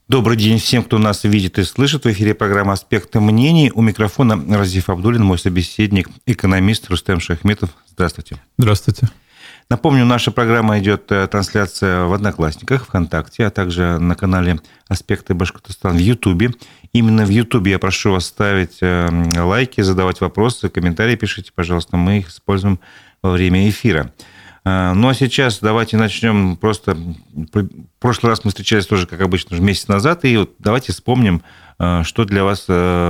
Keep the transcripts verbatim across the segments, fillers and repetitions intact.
Добрый день всем, кто нас видит и слышит. В эфире программа «Аспекты мнений». У микрофона Разиф Абдуллин, мой собеседник, экономист Рустем Шаяхметов. Здравствуйте. Здравствуйте. Напомню, наша программа идет трансляция в Одноклассниках, ВКонтакте, а также на канале «Аспекты Башкортостана» в Ютубе. Именно в Ютубе я прошу вас ставить лайки, задавать вопросы, комментарии пишите, пожалуйста. Мы их используем во время эфира. Ну, а сейчас давайте начнем просто... В прошлый раз мы встречались тоже, как обычно, уже месяц назад, и вот давайте вспомним, что для вас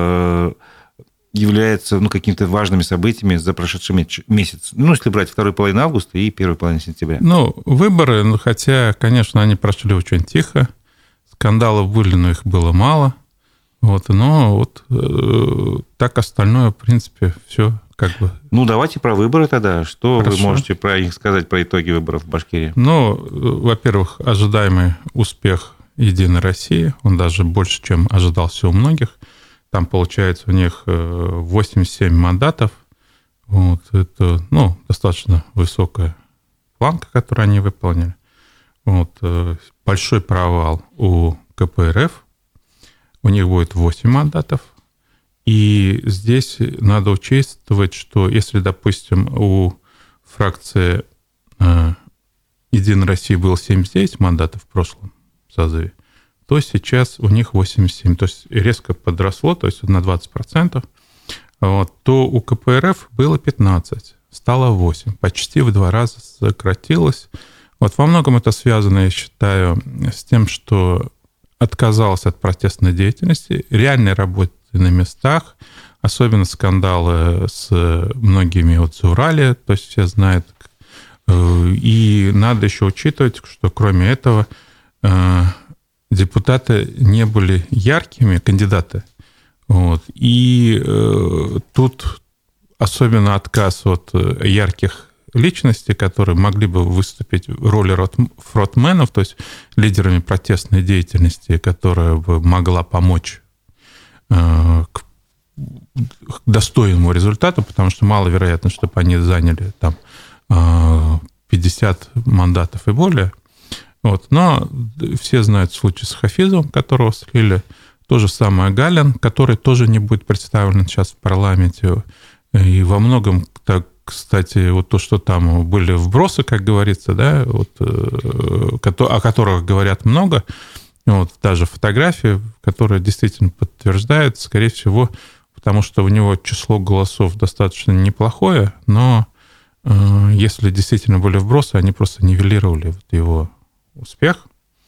является ну, какими-то важными событиями за прошедший месяц. Ну, если брать вторую половину августа и первую половину сентября. Ну, выборы, ну, хотя, конечно, они прошли очень тихо. Скандалов были, но их было мало. Вот, но вот э, так остальное, в принципе, все как бы... Ну, давайте про выборы тогда. Что Хорошо. Вы можете про них сказать, про итоги выборов в Башкирии? Ну, во-первых, ожидаемый успех «Единой России». Он даже больше, чем ожидался у многих. Там, получается, у них восемьдесят семь мандатов. Вот, это, ну, достаточно высокая планка, которую они выполнили. Вот, большой провал у ка пэ эр эф. У них будет восемь мандатов. И здесь надо учитывать, что если, допустим, у фракции «Единой России» было семьдесят девять мандатов в прошлом созыве, то сейчас у них восемьдесят семь. То есть резко подросло, то есть на двадцать процентов. Вот, то у ка пэ эр эф было пятнадцать, стало восемь. Почти в два раза сократилось. Вот во многом это связано, я считаю, с тем, что отказалась от протестной деятельности, реальной работы на местах, особенно скандалы с многими от Заурали, то есть все знают. И надо еще учитывать, что кроме этого депутаты не были яркими, кандидаты. Вот. И тут особенно отказ от ярких личностей, которые могли бы выступить в роли фронтменов, то есть лидерами протестной деятельности, которая бы могла помочь к достойному результату, потому что маловероятно, чтобы они заняли там пятьдесят мандатов и более. Вот. Но все знают случай с Хафизовым, которого слили. То же самое Галин, который тоже не будет представлен сейчас в парламенте. И во многом, так, кстати, вот то, что там были вбросы, как говорится, да, вот, о которых говорят много, вот, даже фотографии, которые действительно подтверждают, скорее всего, потому что у него число голосов достаточно неплохое, но э, если действительно были вбросы, они просто нивелировали вот его успех.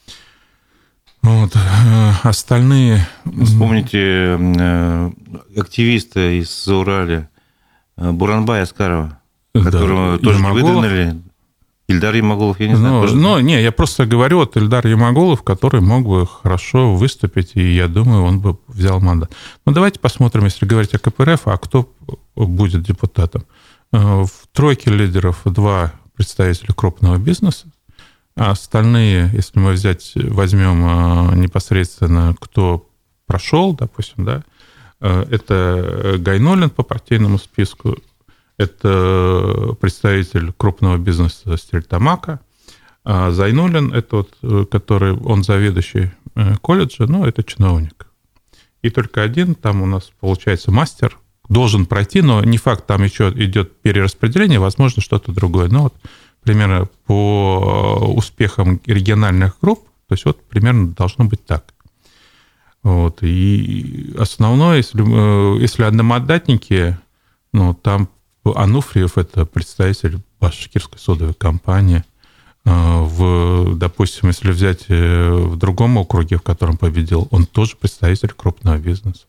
Вот. Остальные... Вспомните э, активиста из Заурали Буранбая Аскарова, которого да, тоже выдвинули. Ильдар Ямагулов, я не знаю. Ну, тоже... ну, не, я просто говорю, вот Ильдар Ямагулов, который мог бы хорошо выступить, и я думаю, он бы взял мандат. Но давайте посмотрим, если говорить о ка пэ эр эф, а кто будет депутатом. В тройке лидеров два представителя крупного бизнеса, а остальные, если мы взять, возьмем непосредственно, кто прошел, допустим, да, это Гайнуллин по партийному списку, это представитель крупного бизнеса Стерлитамака. А Зайнуллин, это вот, который, он заведующий колледжа, ну, это чиновник. И только один, там у нас, получается, мастер, должен пройти, но не факт, там еще идет перераспределение, возможно, что-то другое. Но вот примерно по успехам региональных групп, то есть вот примерно должно быть так. Вот. И основное, если, если одномандатники, ну, там Ануфриев – это представитель башкирской содовой компании. В, допустим, если взять в другом округе, в котором победил, он тоже представитель крупного бизнеса.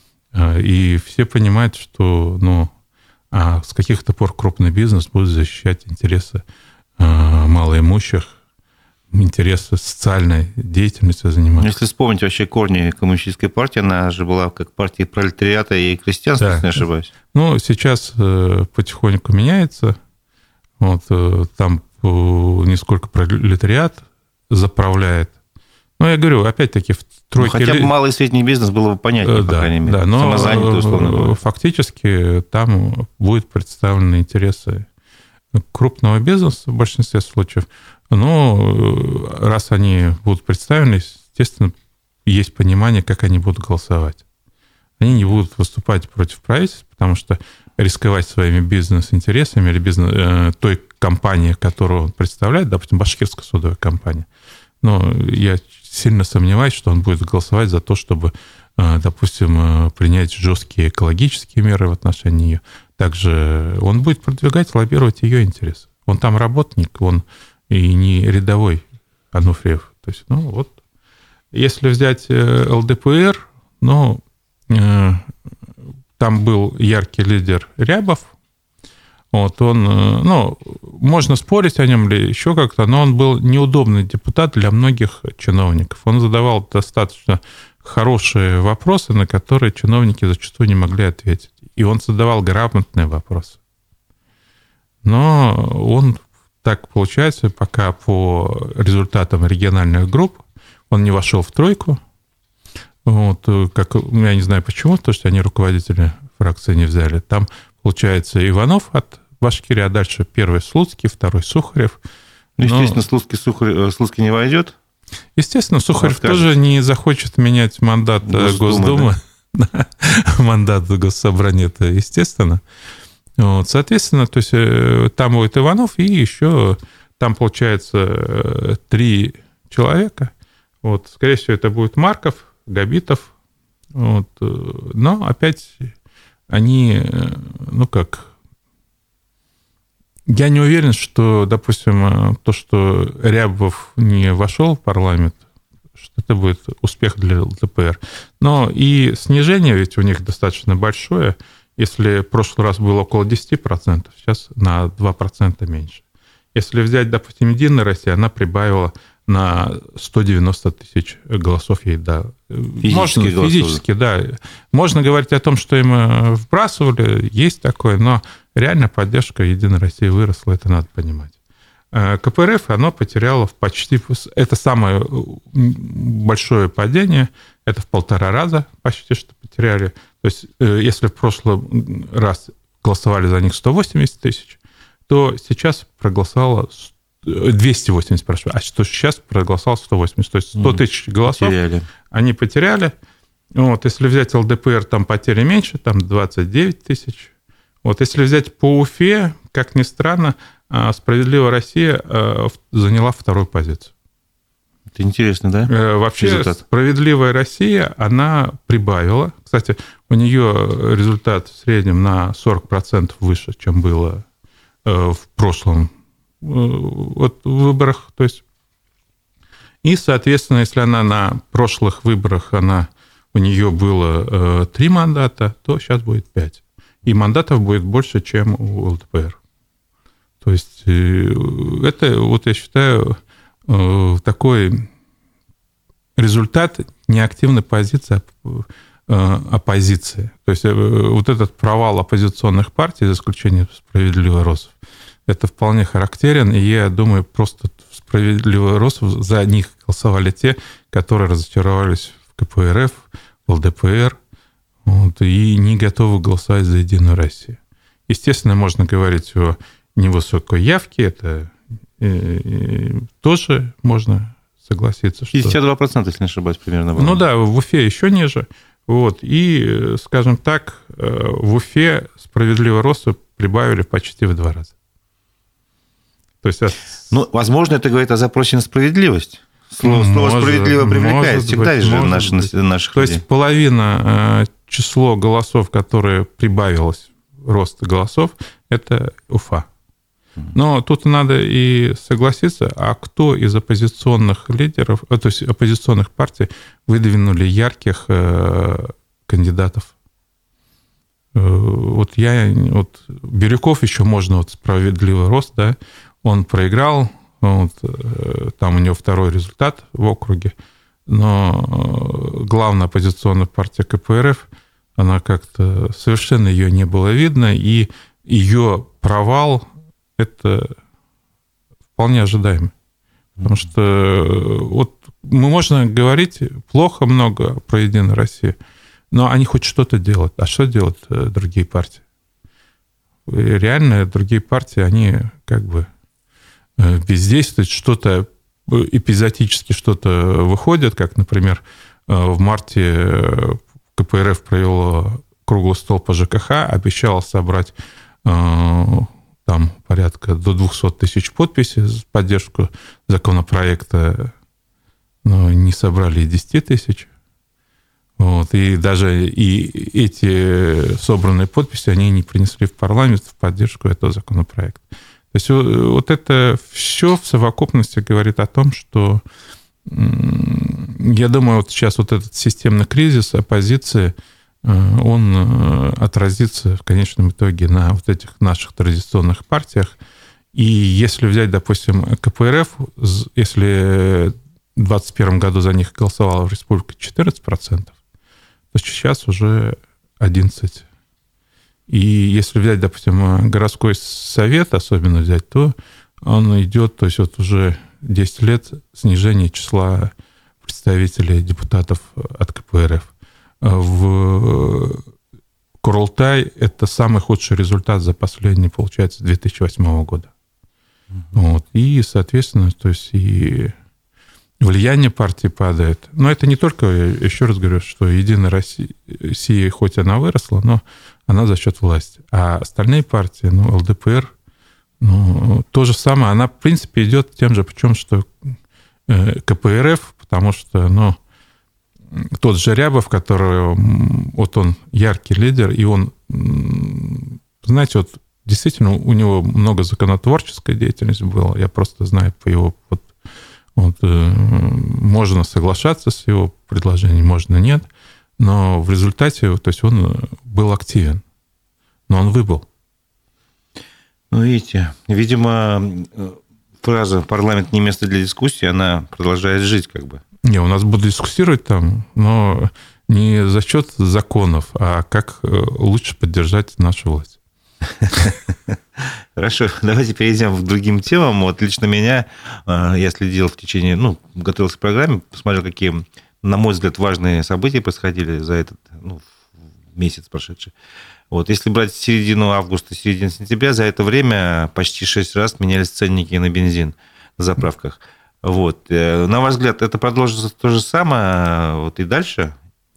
И все понимают, что ну, а с каких-то пор крупный бизнес будет защищать интересы малоимущих, интересы социальной деятельности заниматься. Если вспомнить вообще корни коммунистической партии, она же была как партия пролетариата и крестьянства, да, если не ошибаюсь. Ну, сейчас потихоньку меняется. Вот, там нисколько пролетариат заправляет. Ну, я говорю, опять-таки, в тройке... Ну, хотя бы малый и средний бизнес было бы понятнее, да, по крайней мере. Да, но фактически там будут представлены интересы крупного бизнеса в большинстве случаев. Но раз они будут представлены, естественно, есть понимание, как они будут голосовать. Они не будут выступать против правительства, потому что рисковать своими бизнес-интересами или бизнес, э, той компании, которую он представляет, допустим, башкирская содовая компания, но я сильно сомневаюсь, что он будет голосовать за то, чтобы, э, допустим, э, принять жесткие экологические меры в отношении ее. Также он будет продвигать, лоббировать ее интересы. Он там работник, он и не рядовой Ануфриев. То есть, ну вот, если взять эл дэ пэ эр, ну, э, там был яркий лидер Рябов. Вот он, ну, можно спорить о нем или еще как-то, но он был неудобный депутат для многих чиновников. Он задавал достаточно хорошие вопросы, на которые чиновники зачастую не могли ответить. И он задавал грамотные вопросы. Но он, так получается, пока по результатам региональных групп он не вошел в тройку. Вот, как, я не знаю почему, потому что они руководители фракции не взяли. Там, получается, Иванов от Башкирии, а дальше первый Слуцкий, второй Сухарев. Ну, естественно, Но... Слуцкий, Сухарев, Слуцкий не войдет. Естественно, Сухарев тоже не захочет менять мандат Госдумы. Госдумы. Да? Мандат Госсобрания, это естественно. Вот, соответственно, то есть там будет Иванов, и еще там, получается, три человека. Вот, скорее всего, это будет Марков, Габитов. Вот, но опять они, ну как... Я не уверен, что, допустим, то, что Рябов не вошел в парламент, что это будет успех для эл дэ пэ эр. Но и снижение ведь у них достаточно большое. Если в прошлый раз было около десять процентов, сейчас на два процента меньше. Если взять, допустим, Единая Россия, она прибавила на сто девяносто тысяч голосов ей, да. Физически, Можно, физически, да. Можно говорить о том, что им вбрасывали, есть такое, но реально поддержка Единой России выросла, это надо понимать. ка пэ эр эф, оно потеряло в почти... Это самое большое падение, это в полтора раза почти что потеряли. То есть, если в прошлый раз голосовали за них сто восемьдесят тысяч, то сейчас проголосовало двести восемьдесят, прошу, а что сейчас проголосовало сто восемьдесят. То есть сто тысяч голосов потеряли. Они потеряли. Вот, если взять эл дэ пэ эр, там потери меньше, там двадцать девять тысяч. Вот, если взять по Уфе, как ни странно, «Справедливая Россия» заняла вторую позицию. Это интересно, да? Вообще, результат. «Справедливая Россия», она прибавила. Кстати, у нее результат в среднем на сорок процентов выше, чем было в прошлом вот, выборах. То есть, и, соответственно, если она на прошлых выборах, она, у нее было три мандата, то сейчас будет пять. И мандатов будет больше, чем у эл дэ пэ эр. То есть это, вот я считаю, такой результат неактивной позиции оппозиции. То есть вот этот провал оппозиционных партий, за исключением «Справедливой России», это вполне характерен, и я думаю, просто «Справедливая Россия», за них голосовали те, которые разочаровались в ка пэ эр эф, в эл дэ пэ эр, вот, и не готовы голосовать за «Единую Россию». Естественно, можно говорить о невысокой явке, это э, тоже можно согласиться. Что... пятьдесят два процента, если не ошибаюсь, примерно. Было. Ну да, в Уфе еще ниже. Вот. И, скажем так, в Уфе «Справедливая Россия» прибавили почти в два раза. То есть... Ну, возможно, это говорит о запросе на справедливость. Слово, слово может, «справедливо» привлекает всегда быть, же наши, наших То людей. есть половина число голосов, которое прибавилось, рост голосов, это Уфа. Но тут надо и согласиться, а кто из оппозиционных лидеров, то есть оппозиционных партий выдвинули ярких кандидатов? Вот я, вот Бирюков еще можно, вот «Справедливый рост», да, он проиграл, вот, там у него второй результат в округе, но главная оппозиционная партия ка пэ эр эф, она как-то совершенно ее не было видно, и ее провал это вполне ожидаемо. Потому что вот мы можно говорить плохо много про «Единую Россию», но они хоть что-то делают. А что делают другие партии? Реально другие партии, они как бы бездействуют, что-то эпизодически что-то выходит, как, например, В марте КПРФ провело круглый стол по ЖКХ, обещало собрать там порядка до двести тысяч подписей в поддержку законопроекта, но не собрали и десять тысяч. Вот, и даже и эти собранные подписи, они не принесли в парламент в поддержку этого законопроекта. То есть вот это все в совокупности говорит о том, что, я думаю, вот сейчас вот этот системный кризис оппозиции, он отразится в конечном итоге на вот этих наших традиционных партиях. И если взять, допустим, КПРФ, если в двадцать первом году за них голосовало в республике четырнадцать процентов, то сейчас уже одиннадцать процентов. И если взять, допустим, городской совет, особенно взять, то он идет, то есть вот уже десять лет снижение числа представителей депутатов от КПРФ. В Курултай это самый худший результат за последний, получается, две тысячи восьмого года. Mm-hmm. Вот. И, соответственно, то есть и влияние партии падает. Но это не только, еще раз говорю, что Единая Россия, хоть она выросла, но она за счет власти. А остальные партии, ну, ЛДПР, ну, то же самое, она, в принципе, идет тем же путем, что КПРФ, потому что, ну, тот же Рябов, который, вот он яркий лидер, и он, знаете, вот действительно у него много законотворческой деятельности было, я просто знаю по его, вот, вот можно соглашаться с его предложением, можно нет, но в результате, то есть он был активен, но он выбыл. Ну, видите, видимо, фраза «парламент не место для дискуссии», она продолжает жить как бы. Не, у нас будут дискуссировать там, но не за счет законов, а как лучше поддержать нашу власть. Хорошо, давайте перейдем к другим темам. Вот лично меня, я следил в течение, ну, готовился к программе, посмотрел, какие, на мой взгляд, важные события происходили за этот, ну, месяц прошедший. Вот, если брать середину августа, середину сентября, за это время почти шесть раз менялись ценники на бензин на заправках. Вот. На ваш взгляд, это продолжится то же самое вот и дальше?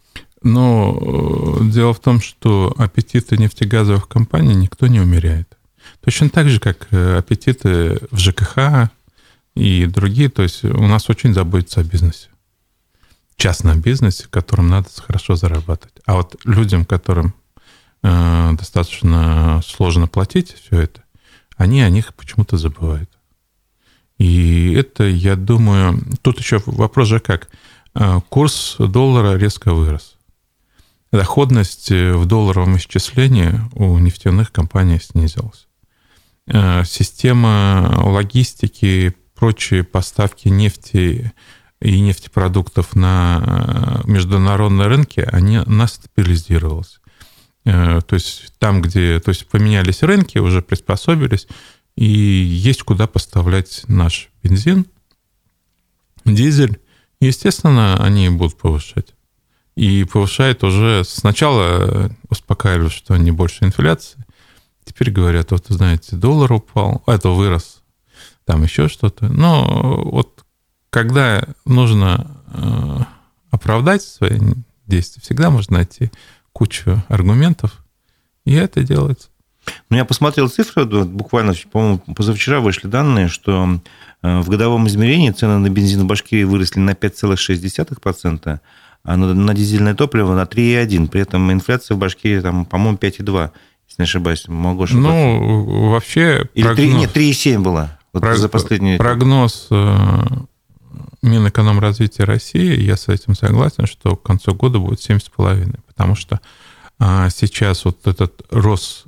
Но дело в том, что аппетиты нефтегазовых компаний никто не умеряет. Точно так же, как аппетиты в ЖКХ и другие. То есть у нас очень заботятся о бизнесе. Частном бизнесе, которым надо хорошо зарабатывать. А вот людям, которым достаточно сложно платить все это, они о них почему-то забывают. И это, я думаю... Тут еще вопрос же как. Курс доллара резко вырос. Доходность в долларовом исчислении у нефтяных компаний снизилась. Система логистики, прочие поставки нефти и нефтепродуктов на международные рынки, они, она стабилизировалась. То есть там, где то есть поменялись рынки, уже приспособились, и есть куда поставлять наш бензин, дизель. Естественно, они будут повышать. И повышают уже... Сначала успокаивали, что не больше инфляции. Теперь говорят, вот, знаете, доллар упал, это вырос, там еще что-то. Но вот когда нужно оправдать свои действия, всегда можно найти кучу аргументов, и это делается. Ну, я посмотрел цифры, буквально, по-моему, позавчера вышли данные, что в годовом измерении цены на бензин в Башкирии выросли на пять целых шесть десятых процента, а на дизельное топливо на три целых одна десятая процента. При этом инфляция в Башкирии, там, по-моему, пять целых два десятых процента, если не ошибаюсь. Могу ошибаться. Ну, вообще... Или прогноз... три, нет, три целых семь десятых была вот Про... за последние... Прогноз Минэкономразвития России, я с этим согласен, что к концу года будет семь целых пять десятых, потому что сейчас вот этот рост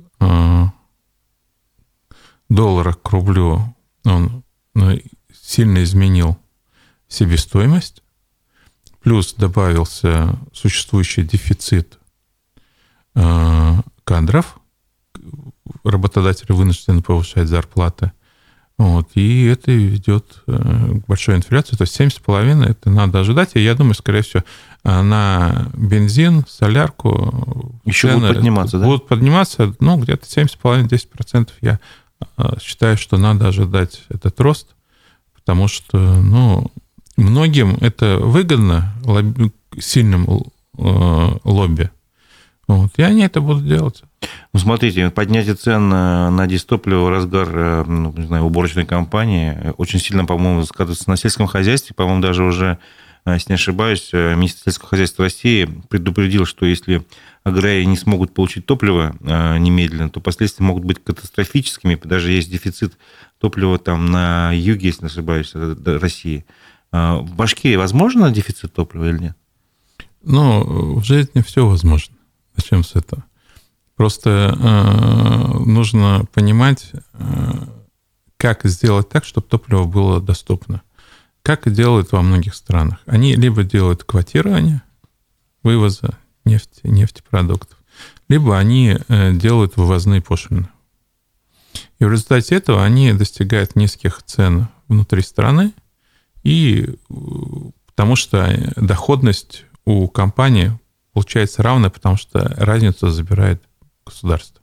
доллара к рублю, он сильно изменил себестоимость, плюс добавился существующий дефицит кадров, работодатели вынуждены повышать зарплаты, вот, и это ведет к большой инфляции, то есть семь целых пять десятых это надо ожидать, и я думаю, скорее всего, на бензин, солярку еще будут подниматься, да? Будут подниматься, ну, где-то семь целых пять десятых - десять процентов я считаю, что надо ожидать этот рост, потому что, ну, многим это выгодно, сильным лобби. Вот. И они это будут делать. Ну, смотрите, поднятие цен на дизтопливо в разгар, ну, не знаю, уборочной кампании очень сильно, по-моему, сказывается на сельском хозяйстве. По-моему, даже уже, если не ошибаюсь, министр сельского хозяйства России предупредил, что если аграрии не смогут получить топливо немедленно, то последствия могут быть катастрофическими. Даже есть дефицит топлива там на юге, если не ошибаюсь, России. В Башкирии возможно дефицит топлива или нет? Ну, в жизни все возможно. Начнем с этого. Просто э, нужно понимать, э, как сделать так, чтобы топливо было доступно. Как делают во многих странах. Они либо делают квотирование вывоза нефти, нефтепродуктов, либо они э, делают вывозные пошлины. И в результате этого они достигают низких цен внутри страны, и, потому что доходность у компании получается равная, потому что разницу забирает государство.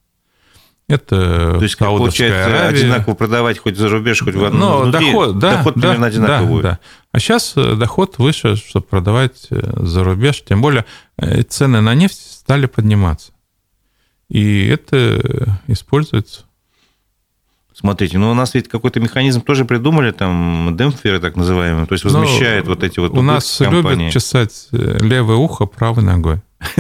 Это То есть, как получается, Аравия. Одинаково продавать хоть за рубеж, хоть в одном внутри, доход, да, доход да, примерно одинаковый да, будет. Да. А сейчас доход выше, чтобы продавать за рубеж, тем более цены на нефть стали подниматься. И это используется. Смотрите, ну у нас ведь какой-то механизм тоже придумали, там, демпферы так называемые, то есть возмещают вот эти вот у нас компании. Любят чесать левое ухо правой ногой.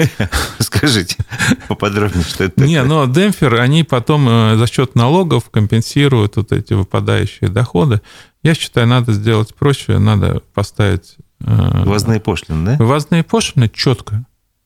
Скажите поподробнее, что это такое. Не, но демпферы, они потом за счет налогов компенсируют вот эти выпадающие доходы. Я считаю, надо сделать проще, надо поставить... Ввозные пошлины, да? Ввозные пошлины четко.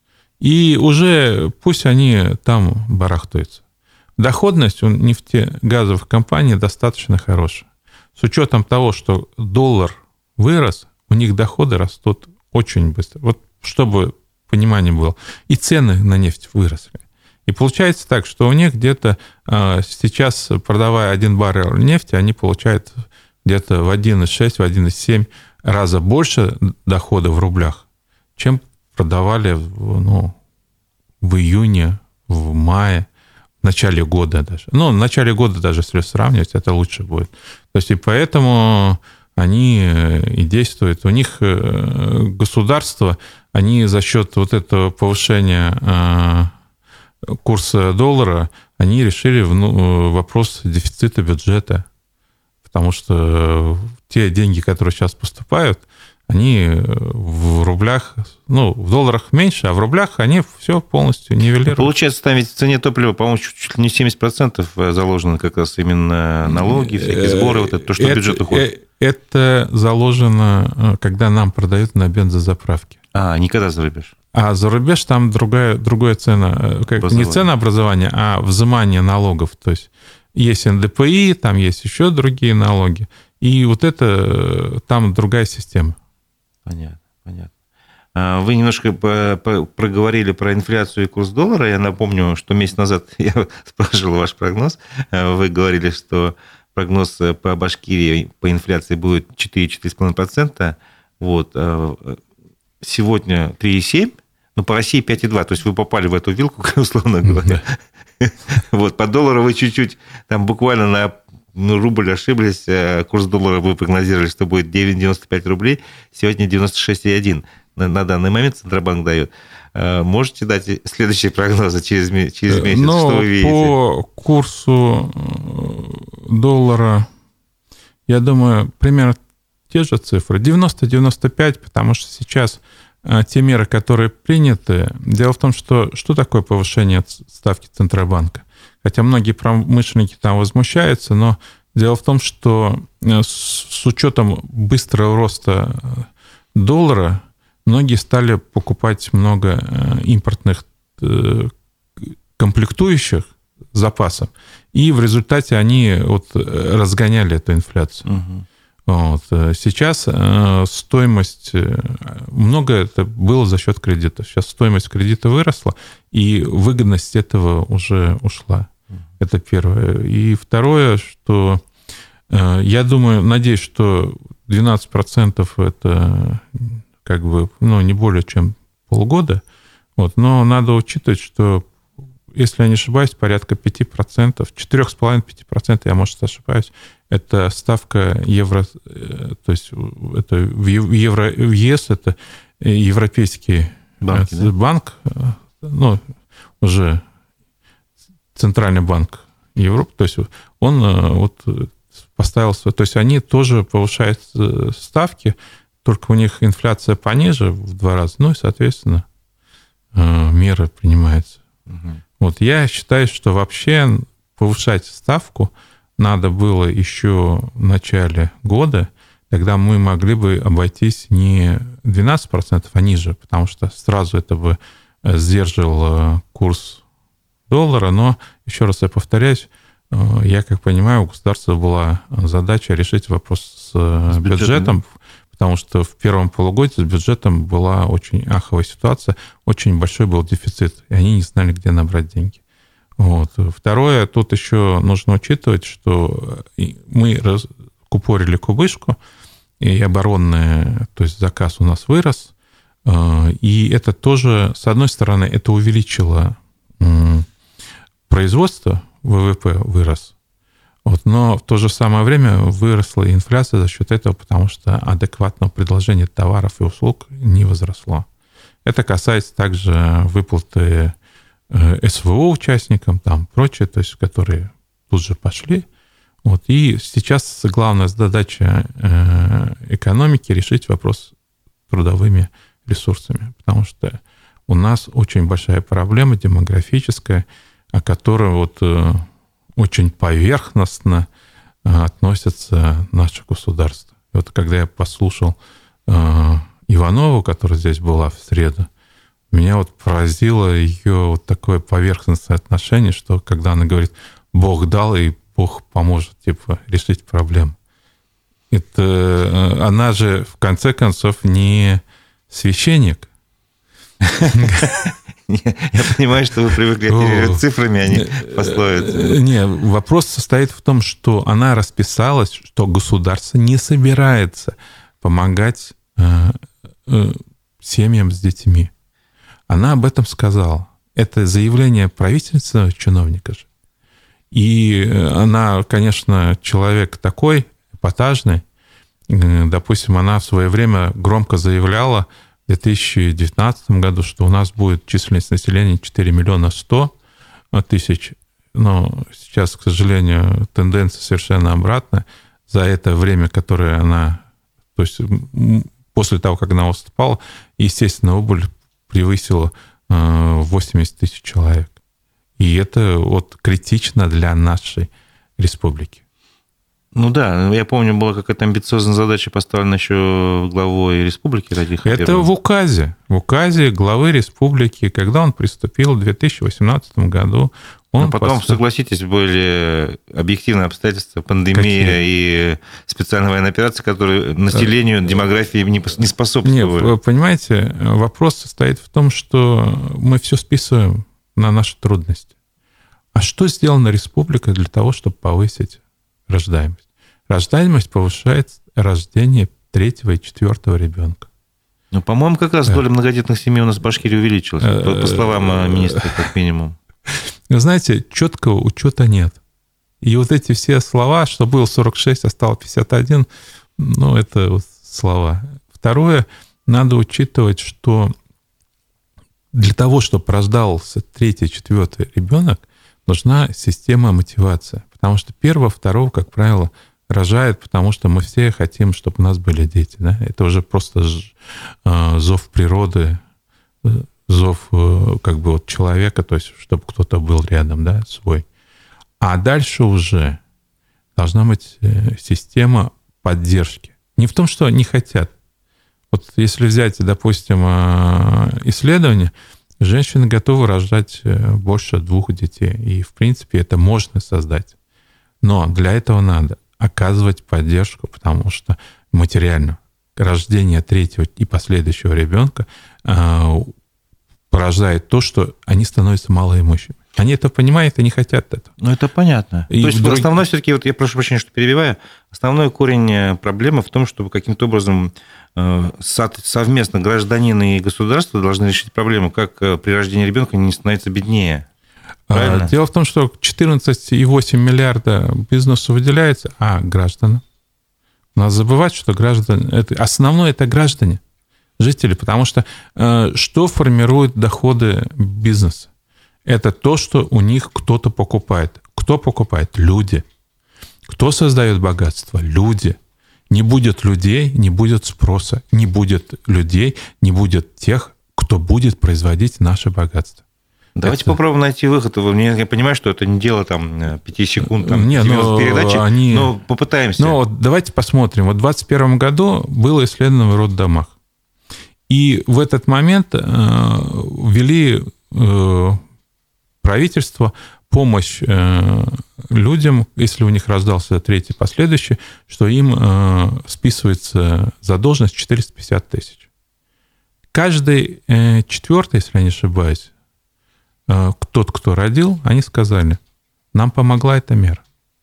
И уже пусть они там барахтаются. Доходность у нефтегазовых компаний достаточно хорошая. С учетом того, что доллар вырос, у них доходы растут очень быстро. Вот чтобы понимание было. И цены на нефть выросли. И получается так, что у них где-то сейчас, продавая один баррель нефти, они получают где-то в один целых шесть - в один целых семь раза больше дохода в рублях, чем продавали ну, в июне, в мае, в начале года даже. Ну, в начале года даже, если сравнивать, это лучше будет. То есть, и поэтому они и действуют. У них государство, они за счет вот этого повышения курса доллара, они решили вопрос дефицита бюджета. Потому что те деньги, которые сейчас поступают, они в рублях, ну, в долларах меньше, а в рублях они все полностью нивелируют. Получается, там ведь в цене топлива, по-моему, чуть ли не семьдесят процентов заложено как раз именно налоги, всякие сборы, вот это, то, что в бюджет уходит. Это заложено, когда нам продают на бензозаправке. А, никогда за рубеж. А за рубеж там другая, другая цена, как, не ценообразование, а взимание налогов. То есть есть эн дэ пэ и, там есть еще другие налоги. И вот это, там другая система. Понятно, понятно. Вы немножко проговорили про инфляцию и курс доллара. Я напомню, что месяц назад я спрашивал ваш прогноз. Вы говорили, что прогноз по Башкирии по инфляции будет четыре - четыре с половиной процента. Вот. Сегодня три целых семь десятых, но по России пять целых два. То есть вы попали в эту вилку, условно говоря. Вот. По доллару вы чуть-чуть, там буквально на ну, рубль ошиблись. Курс доллара вы прогнозировали, что будет девять целых девяносто пять рублей. Сегодня девяносто шесть целых один. На данный момент Центробанк дает. Можете дать следующие прогнозы через, через месяц, но что вы видите? По курсу доллара, я думаю, примерно те же цифры. девяносто - девяносто пять, потому что сейчас те меры, которые приняты... Дело в том, что что такое повышение ставки Центробанка? Хотя многие промышленники там возмущаются, но дело в том, что с учетом быстрого роста доллара многие стали покупать много импортных комплектующих запасов, и в результате они вот разгоняли эту инфляцию. Угу. Вот. Сейчас стоимость... Много это было за счет кредита. Сейчас стоимость кредита выросла, и выгодность этого уже ушла. Это первое. И второе, что я думаю, надеюсь, что двенадцать процентов это как бы, ну, не более чем полгода. Вот. Но надо учитывать, что, если я не ошибаюсь, порядка пять процентов, четыре целых пять десятых - пять процентов, я, может, ошибаюсь, это ставка евро, то есть это в евро, в ЕС это европейский Банки, да? банк, ну, уже Центральный банк Европы, то есть он вот поставил, то есть они тоже повышают ставки, только у них инфляция пониже в два раза, ну и, соответственно, меры принимаются. Угу. Вот я считаю, что вообще повышать ставку надо было еще в начале года, тогда мы могли бы обойтись не двенадцать процентов, а ниже, потому что сразу это бы сдерживал курс доллара, но, еще раз я повторяюсь, я как понимаю, у государства была задача решить вопрос с, с бюджетом, бюджетом, потому что в первом полугодии с бюджетом была очень аховая ситуация, очень большой был дефицит, и они не знали, где набрать деньги. Вот. Второе, тут еще нужно учитывать, что мы купорили кубышку, и оборонный, то есть заказ у нас вырос, и это тоже, с одной стороны, это увеличило производство, ВВП вырос, вот, но в то же самое время выросла и инфляция за счет этого, потому что адекватного предложения товаров и услуг не возросло. Это касается также выплаты СВО участникам, там прочее, то есть которые тут же пошли. Вот. И сейчас главная задача экономики — решить вопрос с трудовыми ресурсами, потому что у нас очень большая проблема демографическая, о которой вот очень поверхностно относится наше государство. И вот когда я послушал Иванову, которая здесь была в среду, меня вот поразило ее вот такое поверхностное отношение, что когда она говорит «Бог дал, и Бог поможет типа решить проблему». Это она же, в конце концов, не священник. Я понимаю, что вы привыкли цифрами, а не пословицами. Не, вопрос состоит в том, что она расписалась, что государство не собирается помогать семьям с детьми. Она об этом сказала. Это заявление правительственного чиновника же. И она, конечно, человек такой, эпатажный. Допустим, она в свое время громко заявляла в две тысячи девятнадцатом году, что у нас будет численность населения четыре миллиона сто тысяч. Но сейчас, к сожалению, тенденция совершенно обратная. За это время, которое она... То есть после того, как она выступала, естественно, убыль превысила восемьдесят тысяч человек. И это вот критично для нашей республики. Ну да, я помню, была какая-то амбициозная задача поставлена еще главой республики Ради Хабировым. Это в указе. В указе главы республики, когда он приступил в две тысячи восемнадцатом году. Он Но потом, поставил... согласитесь, были объективные обстоятельства, пандемия Какие? и специальная военная операция, которые населению, демографии не способствовали. Нет, вы понимаете, вопрос состоит в том, что мы все списываем на наши трудности. А что сделана республика для того, чтобы повысить рождаемость? Рождаемость повышает рождение третьего и четвертого ребенка. Ну, по-моему, как раз да. доля многодетных семей у нас в Башкирии увеличилась, по, по словам министра, как минимум. Вы знаете, четкого учета нет. И вот эти все слова, что было сорок шесть, а стало пятьдесят один, ну, это вот слова. Второе, надо учитывать, что для того, чтобы рождался третий, четвертый ребенок, нужна система мотивации. Потому что первого, второго, как правило, рожает, потому что мы все хотим, чтобы у нас были дети. Да? Это уже просто зов природы, зов как бы вот человека, то есть чтобы кто-то был рядом, да, свой. А дальше уже должна быть система поддержки. Не в том, что они хотят. Вот если взять, допустим, исследование, женщины готовы рожать больше двух детей. И, в принципе, это можно создать. Но для этого надо оказывать поддержку, потому что материально рождение третьего и последующего ребенка порождает то, что они становятся малоимущими. Они это понимают и не хотят этого. Ну, это понятно. И то есть друг... основной все-таки, вот я прошу прощения, что перебиваю, основной корень проблемы в том, чтобы каким-то образом совместно гражданин и государство должны решить проблему, как при рождении ребенка не становиться беднее. Правильно? Дело в том, что четырнадцать целых восемь десятых миллиарда бизнесу выделяется, а гражданам. Надо забывать, что граждане... Это, основное – это граждане. жителей, потому что что формирует доходы бизнеса? Это то, что у них кто-то покупает. Кто покупает? Люди. Кто создает богатство? Люди. Не будет людей, не будет спроса. Не будет людей, не будет тех, кто будет производить наше богатство. Давайте это... попробуем найти выход. Я понимаю, что это не дело там, пяти секунд там, не, но передачи, они... но попытаемся. Ну, вот давайте посмотрим. Вот в двадцать первом году было исследовано в роддомах. И в этот момент э, ввели э, правительство помощь э, людям, если у них раздался третий последующий, что им э, списывается задолженность четыреста пятьдесят тысяч. Каждый э, четвертый, если я не ошибаюсь, э, тот, кто родил, они сказали, нам помогла эта мера.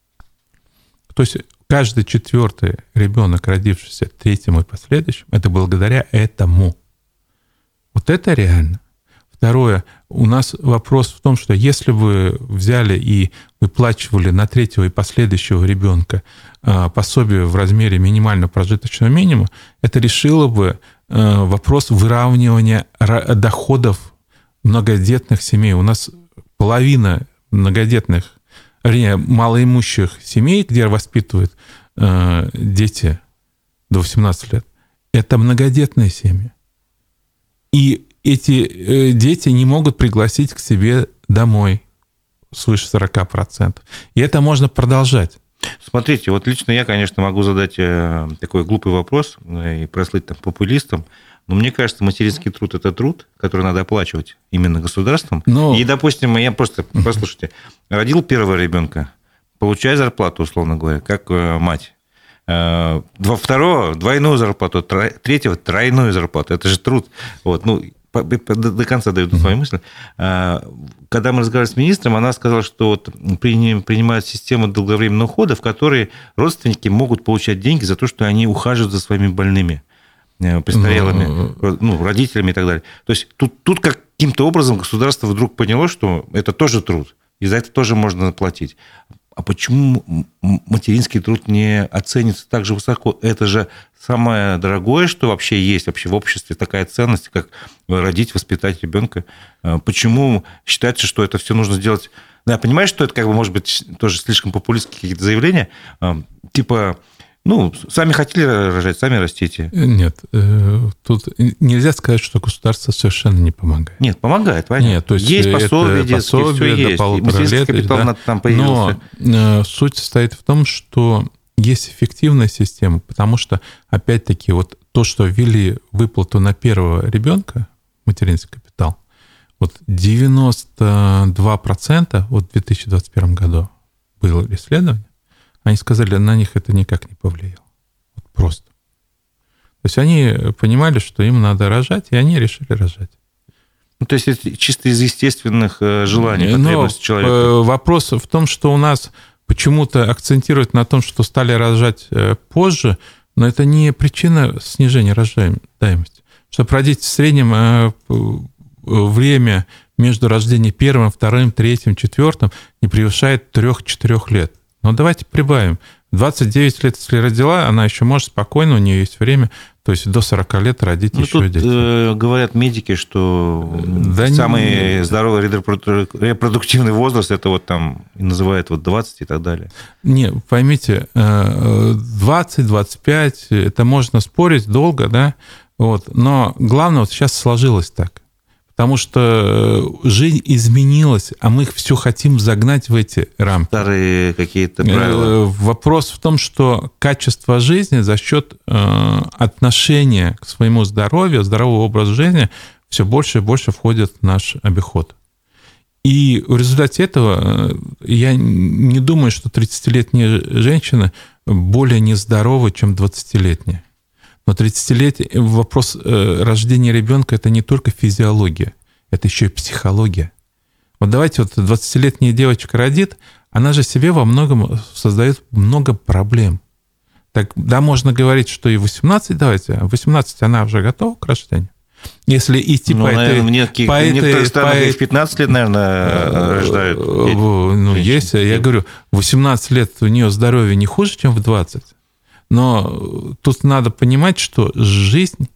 То есть каждый четвертый ребенок, родившийся третьим и последующим, это благодаря этому. Вот это реально. Второе, у нас вопрос в том, что если бы взяли и выплачивали на третьего и последующего ребенка пособие в размере минимального прожиточного минимума, это решило бы вопрос выравнивания доходов многодетных семей. У нас половина многодетных, вернее, малоимущих семей, где воспитывают дети до восемнадцати лет, это многодетные семьи. И эти дети не могут пригласить к себе домой свыше сорок процентов. И это можно продолжать. Смотрите, вот лично я, конечно, могу задать такой глупый вопрос и прослыть там популистом, но мне кажется, материнский труд – это труд, который надо оплачивать именно государством. Но... И, допустим, я просто, послушайте, родил первого ребенка, получаю зарплату, условно говоря, как мать. Второго – двойную зарплату, третьего – тройную зарплату. Это же труд. Вот, ну, до конца даю свою мысль. Когда мы разговаривали с министром, она сказала, что вот принимают систему долговременного ухода, в которой родственники могут получать деньги за то, что они ухаживают за своими больными, престарелыми, ну, ну, родителями и так далее. То есть тут, тут каким-то образом государство вдруг поняло, что это тоже труд, и за это тоже можно платить. А почему материнский труд не оценится так же высоко? Это же самое дорогое, что вообще есть вообще в обществе, такая ценность, как родить, воспитать ребенка. Почему считается, что это все нужно сделать? Я понимаю, что это, как бы, может быть, тоже слишком популистские какие-то заявления, типа... Ну, сами хотели рожать, сами растите. Нет, тут нельзя сказать, что государство совершенно не помогает. Нет, помогает, понятно. Нет, то есть есть пособие детские, пособие, все есть. Материнский лет, капитал да. там появился. Но суть состоит в том, что есть эффективная система, потому что, опять-таки, вот то, что ввели выплату на первого ребенка, материнский капитал, вот девяносто два процента вот в две тысячи двадцать первом году было исследование, они сказали, на них это никак не повлияло. Вот просто. То есть они понимали, что им надо рожать, и они решили рожать. Ну, то есть это чисто из естественных желаний, потребностей человека. Вопрос в том, что у нас почему-то акцентируют на том, что стали рожать позже, но это не причина снижения рождаемости. Чтобы родить в среднем время между рождением первым, вторым, третьим, четвертым не превышает трех-четырех лет. Но давайте прибавим. двадцать девять лет, если родила, она еще может спокойно, у нее есть время, то есть до сорока лет родить ну, еще тут, детей. Э, говорят медики, что да самый не... здоровый репродуктивный возраст, это вот там и называют вот двадцать и так далее. Не, поймите, двадцать-двадцать пять, это можно спорить долго, да, вот, но главное, вот сейчас сложилось так. Потому что жизнь изменилась, а мы их все хотим загнать в эти рамки. Старые какие-то правила. Вопрос в том, что качество жизни за счет отношения к своему здоровью, здорового образа жизни все больше и больше входит в наш обиход. И в результате этого я не думаю, что тридцатилетняя женщина более нездорова, чем двадцатилетняя. Но тридцатилетие, вопрос рождения ребенка – это не только физиология, это еще и психология. Вот давайте вот двадцатилетняя девочка родит, она же себе во многом создает много проблем. Так, да, можно говорить, что и восемнадцать давайте, а в восемнадцать она уже готова к рождению. Если идти ну, по этой... В неких, по некоторых странах по... в пятнадцать лет, наверное, рождают. Ну, есть, я говорю, в восемнадцать лет у нее здоровье не хуже, чем в двадцать. Но тут надо понимать, что жизнь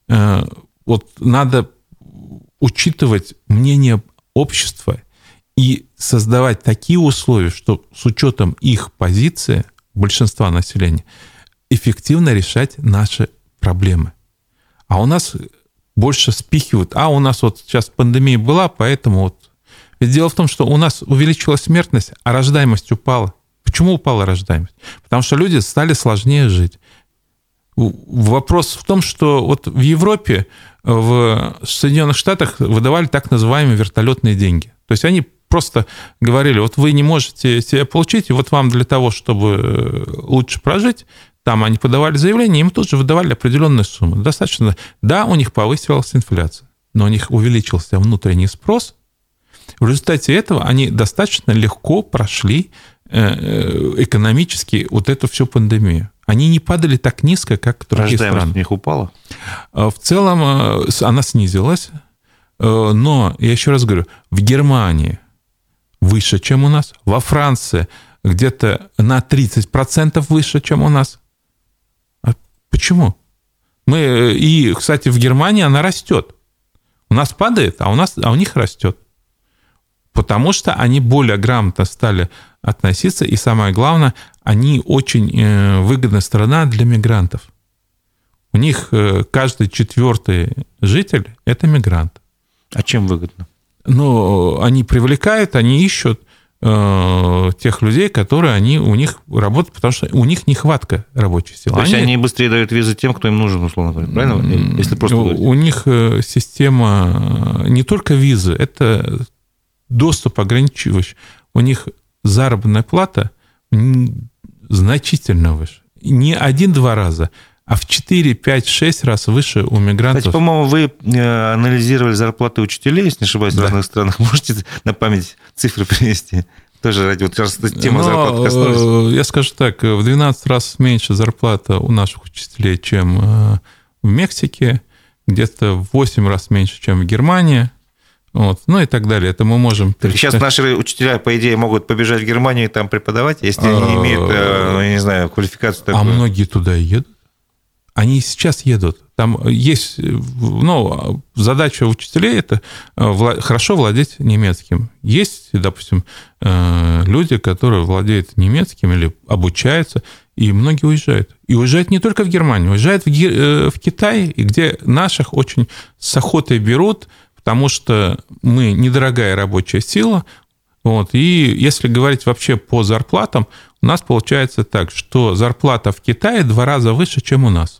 вот надо учитывать мнение общества и создавать такие условия, что с учетом их позиции, большинства населения, эффективно решать наши проблемы. А у нас больше спихивают. А у нас вот сейчас пандемия была, поэтому вот... Ведь дело в том, что у нас увеличилась смертность, а рождаемость упала. Почему упала рождаемость? Потому что люди стали сложнее жить. Вопрос в том, что вот в Европе, в Соединенных Штатах выдавали так называемые вертолетные деньги. То есть они просто говорили, вот вы не можете себе получить, и вот вам для того, чтобы лучше прожить, там они подавали заявление, им тут же выдавали определенную сумму. Достаточно. Да, у них повысилась инфляция, но у них увеличился внутренний спрос. В результате этого они достаточно легко прошли экономически вот эту всю пандемию. Они не падали так низко, как другие страны. Рождаемость у них упала? В целом она снизилась, но, я еще раз говорю, в Германии выше, чем у нас, во Франции где-то на тридцать процентов выше, чем у нас. А почему? Мы, и, кстати, в Германии она растет. У нас падает, а у, нас, а у них растет. Потому что они более грамотно стали относиться, и самое главное, они очень выгодная страна для мигрантов. У них каждый четвертый житель – это мигрант. А чем выгодно? Ну, они привлекают, они ищут э, тех людей, которые они, у них работают, потому что у них нехватка рабочей силы. То есть они, они быстрее дают визы тем, кто им нужен, условно говоря, правильно? Если просто у, у них система не только визы, это доступ ограничивающий. У них заработная плата значительно выше. Не один-два раза, а в четыре, пять, шесть раз выше у мигрантов. Кстати, по-моему, вы анализировали зарплаты учителей, если не ошибаюсь, в да. разных странах. Можете на память цифры привести? Тоже ради вот раз тема зарплаты коснулась. Я скажу так, в двенадцать раз меньше зарплата у наших учителей, чем в Мексике, где-то в восемь раз меньше, чем в Германии. Вот, ну и так далее. Это мы можем... Сейчас наши учителя, по идее, могут побежать в Германию и там преподавать, если они не имеют, я не знаю, квалификацию такую. А многие туда и едут. Они и сейчас едут. Там есть... Ну, задача учителей – это хорошо владеть немецким. Есть, допустим, люди, которые владеют немецким или обучаются, и многие уезжают. И уезжают не только в Германию, уезжают в, в Китай, где наших очень с охотой берут, потому что мы недорогая рабочая сила. Вот, и если говорить вообще по зарплатам, у нас получается так, что зарплата в Китае в два раза выше, чем у нас.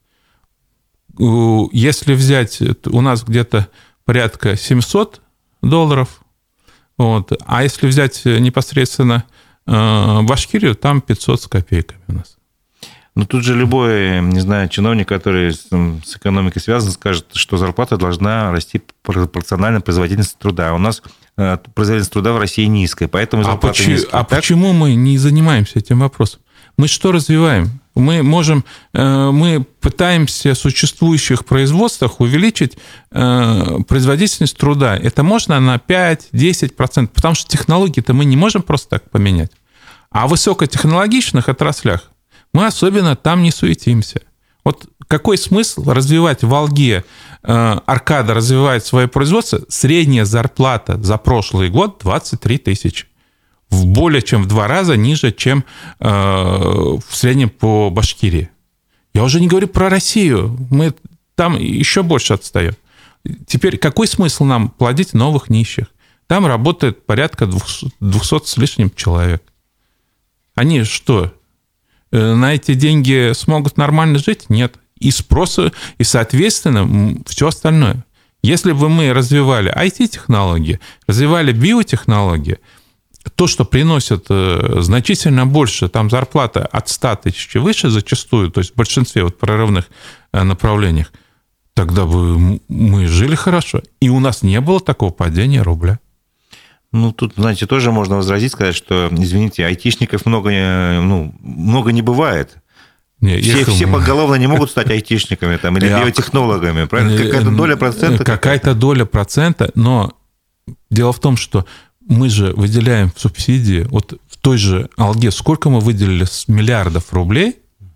Если взять, у нас где-то порядка семьсот долларов, вот, а если взять непосредственно Башкирию, там пятьсот с копейками у нас. Но тут же любой, не знаю, чиновник, который с экономикой связан, скажет, что зарплата должна расти пропорционально производительности труда. У нас производительность труда в России низкая, поэтому зарплата а почему, низкая. А так? Почему мы не занимаемся этим вопросом? Мы что развиваем? Мы можем, мы пытаемся в существующих производствах увеличить производительность труда. Это можно на пять-десять процентов, потому что технологии-то мы не можем просто так поменять. А в высокотехнологичных отраслях мы особенно там не суетимся. Вот какой смысл развивать в Волге? Аркада развивает свое производство. Средняя зарплата за прошлый год двадцать три тысячи. В более чем в два раза ниже, чем в среднем по Башкирии. Я уже не говорю про Россию. Мы там еще больше отстаем. Теперь какой смысл нам плодить новых нищих? Там работает порядка двухсот с лишним человек. Они что, на эти деньги смогут нормально жить? Нет. И спроса, и, соответственно, все остальное. Если бы мы развивали ай ти-технологии, развивали биотехнологии, то, что приносит значительно больше, там зарплата от ста тысяч и выше зачастую, то есть в большинстве вот прорывных направлениях, тогда бы мы жили хорошо, и у нас не было такого падения рубля. Ну, тут, знаете, тоже можно возразить, сказать, что, извините, айтишников много, ну, много не бывает. Не, все, их... все поголовно не могут стать айтишниками там, или биотехнологами, правильно? Какая-то доля процента. Какая-то доля процента, но дело в том, что мы же выделяем субсидии. Вот в той же Алге сколько мы выделили с миллиардов рублей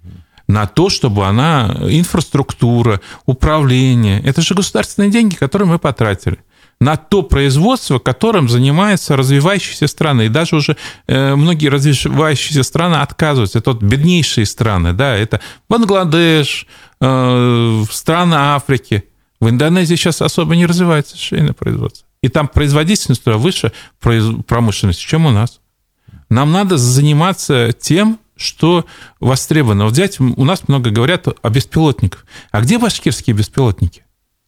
на то, чтобы она... Инфраструктура, управление. Это же государственные деньги, которые мы потратили на то производство, которым занимаются развивающиеся страны. И даже уже э, многие развивающиеся страны отказываются. Это вот беднейшие страны, да, это Бангладеш, э, страны Африки. В Индонезии сейчас особо не развивается швейное производство. И там производительность выше промышленности, чем у нас. Нам надо заниматься тем, что востребовано. Вот взять, у нас много говорят о беспилотниках. А где башкирские беспилотники?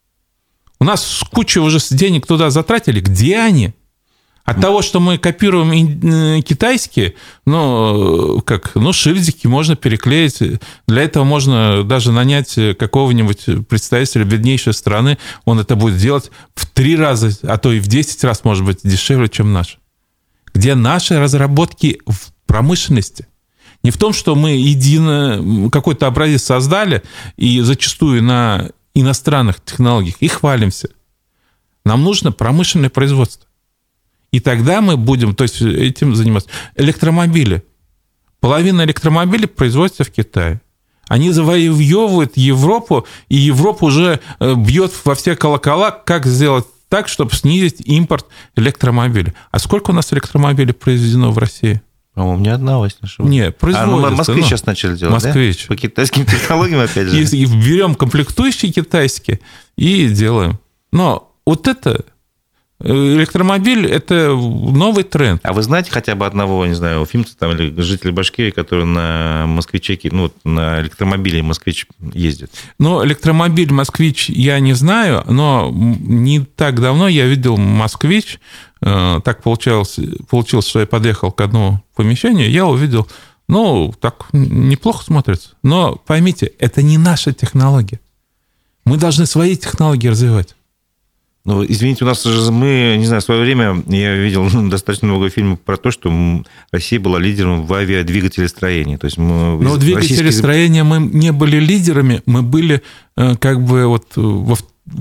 У нас куча уже денег туда затратили. Где они? От того, что мы копируем китайские, ну, как, ну, шильдики можно переклеить. Для этого можно даже нанять какого-нибудь представителя беднейшей страны. Он это будет делать в три раза, а то и в десять раз, может быть, дешевле, чем наши. Где наши разработки в промышленности? Не в том, что мы едино какой-то образец создали и зачастую на иностранных технологиях и хвалимся. Нам нужно промышленное производство. И тогда мы будем, то есть, этим заниматься. Электромобили. Половина электромобилей производится в Китае. Они завоевывают Европу, и Европа уже бьет во все колокола, как сделать так, чтобы снизить импорт электромобилей. А сколько у нас электромобилей произведено в России? По-моему, не одна, если не ошибаюсь. Нет, производится. А, ну, москвич ну, сейчас начали делать, москвич. Да? По китайским технологиям, опять же. И берем комплектующие китайские и делаем. Но вот это... Электромобиль – это новый тренд. А вы знаете хотя бы одного, не знаю, уфимца там, или жителя Башкирии, который на москвиче, ну, на электромобиле москвич ездит? Ну, электромобиль москвич я не знаю, но не так давно я видел москвич. Так получилось, получилось, что я подъехал к одному помещению, я увидел, ну, так неплохо смотрится. Но поймите, это не наша технология. Мы должны свои технологии развивать. Ну, извините, у нас же мы, не знаю, в свое время я видел достаточно много фильмов про то, что Россия была лидером в авиадвигателестроении. То есть мы, Но в двигателестроении мы не были лидерами, мы были как бы вот во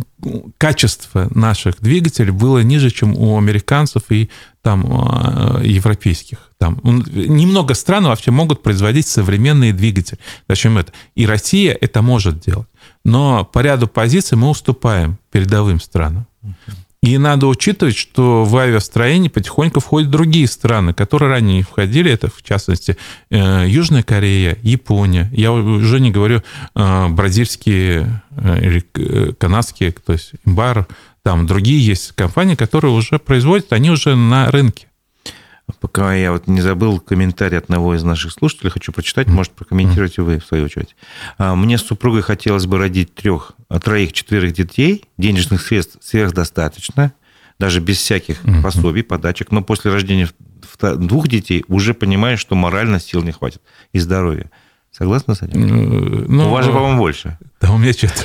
качество наших двигателей было ниже, чем у американцев и там европейских. Там немного стран вообще могут производить современные двигатели. Зачем это? И Россия это может делать. Но по ряду позиций мы уступаем передовым странам. И надо учитывать, что в авиастроении потихоньку входят другие страны, которые ранее не входили. Это, в частности, Южная Корея, Япония. Я уже не говорю бразильские или канадские, то есть Embraer. Там другие есть компании, которые уже производят, они уже на рынке. Пока я вот не забыл комментарий одного из наших слушателей, хочу прочитать, может, прокомментируйте вы, в свою очередь. Мне с супругой хотелось бы родить трех, троих, четверых детей, денежных средств сверхдостаточно, даже без всяких пособий, подачек, но после рождения двух детей уже понимаю, что морально сил не хватит и здоровья. Согласны с этим? Ну, у вас же, по-моему, больше. Да, у меня четверо.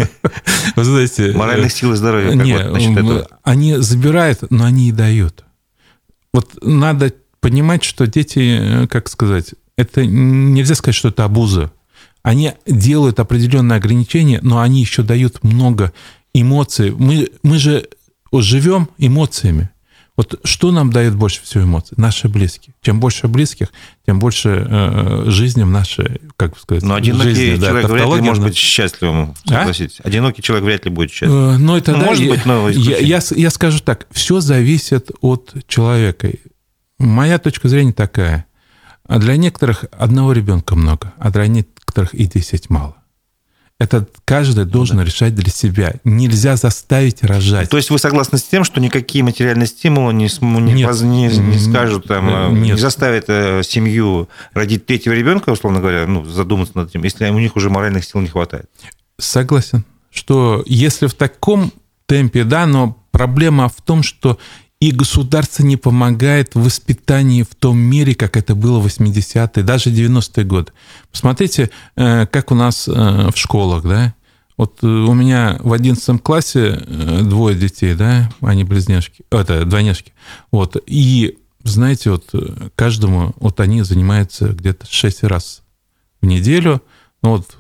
Вы знаете... Моральных сил и здоровья. Нет, они забирают, но они и дают. Вот надо понимать, что дети, как сказать, это нельзя сказать, что это абуза. Они делают определенные ограничения, но они еще дают много эмоций. Мы, мы же живем эмоциями. Вот что нам дает больше всего эмоций? Наши близкие. Чем больше близких, тем больше э, жизни в нашей, как сказать, но одинокий жизни. человек да, вряд ли может быть счастливым, согласитесь. А? Одинокий человек вряд ли будет счастлив. Ну, это, ну, да, может я, быть, но я, я, я скажу так, все зависит от человека. Моя точка зрения такая. Для некоторых одного ребенка много, а для некоторых и десять мало. Это каждый должен да. решать для себя. Нельзя заставить рожать. То есть вы согласны с тем, что никакие материальные стимулы не, не, не, не скажут, там, не заставят семью родить третьего ребенка, условно говоря, ну, задуматься над этим, если у них уже моральных сил не хватает? Согласен, что если в таком темпе, да, но проблема в том, что и государство не помогает в воспитании в том мире, как это было в восьмидесятые, даже девяностые годы. Посмотрите, как у нас в школах, да. Вот у меня в одиннадцатом классе двое детей, да, они близняшки, это двойняшки. Вот, и, знаете, вот каждому, вот они занимаются где-то шесть раз в неделю. Ну вот,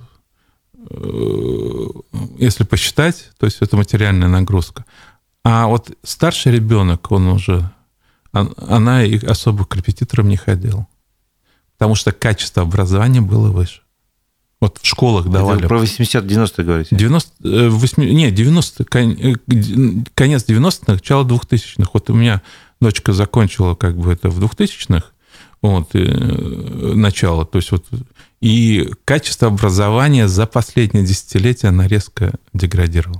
если посчитать, то есть это материальная нагрузка. А вот старший ребенок, он уже, она и особо к репетиторам не ходила, потому что качество образования было выше. Вот в школах давали. Это про восьмидесятые-девяностые говорите? девяносто, восемь, не, девяностые, конец девяностых, начало двухтысячных. Вот у меня дочка закончила как бы это в двухтысячных, вот, начало. То есть вот, и качество образования за последние десятилетия она резко деградировала.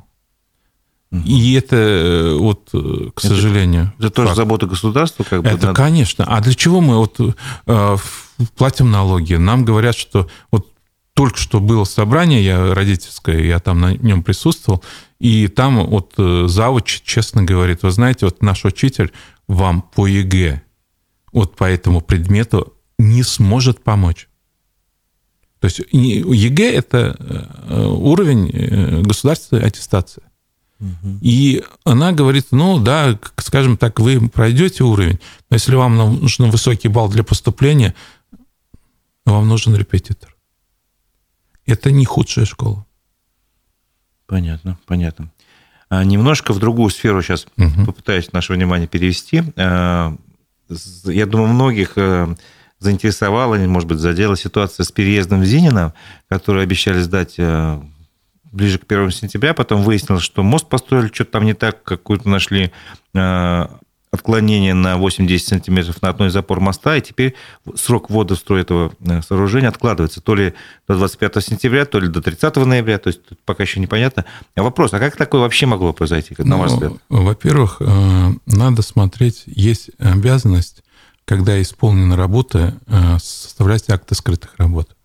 И это, вот, к сожалению... Это, это тоже забота государства? Как бы, это, надо... конечно. А для чего мы вот, э, платим налоги? Нам говорят, что... Вот только что было собрание, я родительское, я там на нем присутствовал, и там вот завуч честно говорит, вы знаете, вот наш учитель вам по ЕГЭ, вот по этому предмету не сможет помочь. То есть ЕГЭ – это уровень государственной аттестации. И она говорит, ну да, скажем так, вы пройдете уровень, но если вам нужен высокий балл для поступления, вам нужен репетитор. Это не худшая школа. Понятно, понятно. А немножко в другую сферу сейчас угу. попытаюсь наше внимание перевести. Я думаю, многих заинтересовала, может быть, задела ситуация с переездом в Зинино, которую обещали сдать ближе к первому сентября, потом выяснилось, что мост построили, что-то там не так, какую-то нашли отклонение на восемь-десять сантиметров на одной из опор моста, и теперь срок ввода в строй этого сооружения откладывается то ли до двадцать пятого сентября, то ли до тридцатого ноября, то есть пока еще непонятно. А вопрос, а как такое вообще могло произойти, на ваш взгляд? Ну, во-первых, надо смотреть, есть обязанность, когда исполнена работа, составлять акты скрытых работ.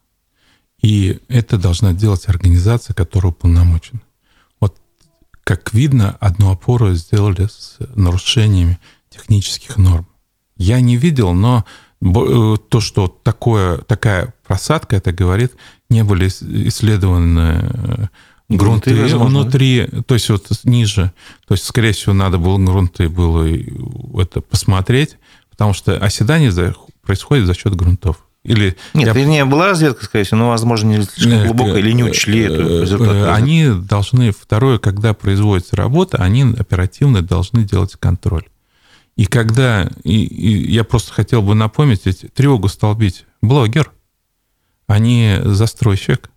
И это должна делать организация, которая уполномочена. Вот, как видно, одну опору сделали с нарушениями технических норм. Я не видел, но то, что такое, такая просадка, это говорит, не были исследованы грунты, грунты внутри, то есть вот ниже. То есть, скорее всего, надо было грунты было это посмотреть, потому что оседание происходит за счет грунтов. Или Нет, я... вернее, была разведка, скорее всего, но, возможно, не слишком глубокая, или не учли эту результат. Они должны, второе, когда производится работа, они оперативно должны делать контроль. И когда, и, и я просто хотел бы напомнить, ведь тревогу столбить блогер, а не застройщик.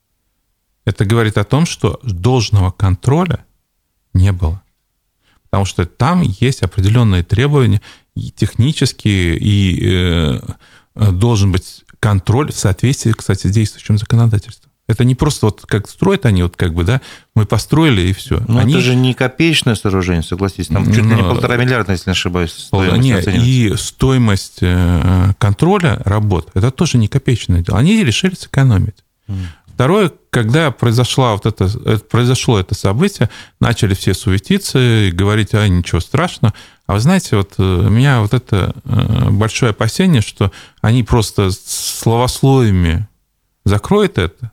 Это говорит о том, что должного контроля не было. Потому что там есть определенные требования и технические, и э, должен быть контроль в соответствии, кстати, с действующим законодательством. Это не просто вот как строят они, вот как бы, да, мы построили и все. Но они... это же не копеечное сооружение, согласитесь, там чуть ли не полтора миллиарда, если не ошибаюсь, стоимость. Нет, и стоимость контроля работ, это тоже не копеечное дело. Они решили сэкономить. Mm. Второе, когда произошло вот это, произошло это событие, начали все суетиться и говорить, а ничего страшного. А вы знаете, вот у меня вот это большое опасение, что они просто словословиями закроют это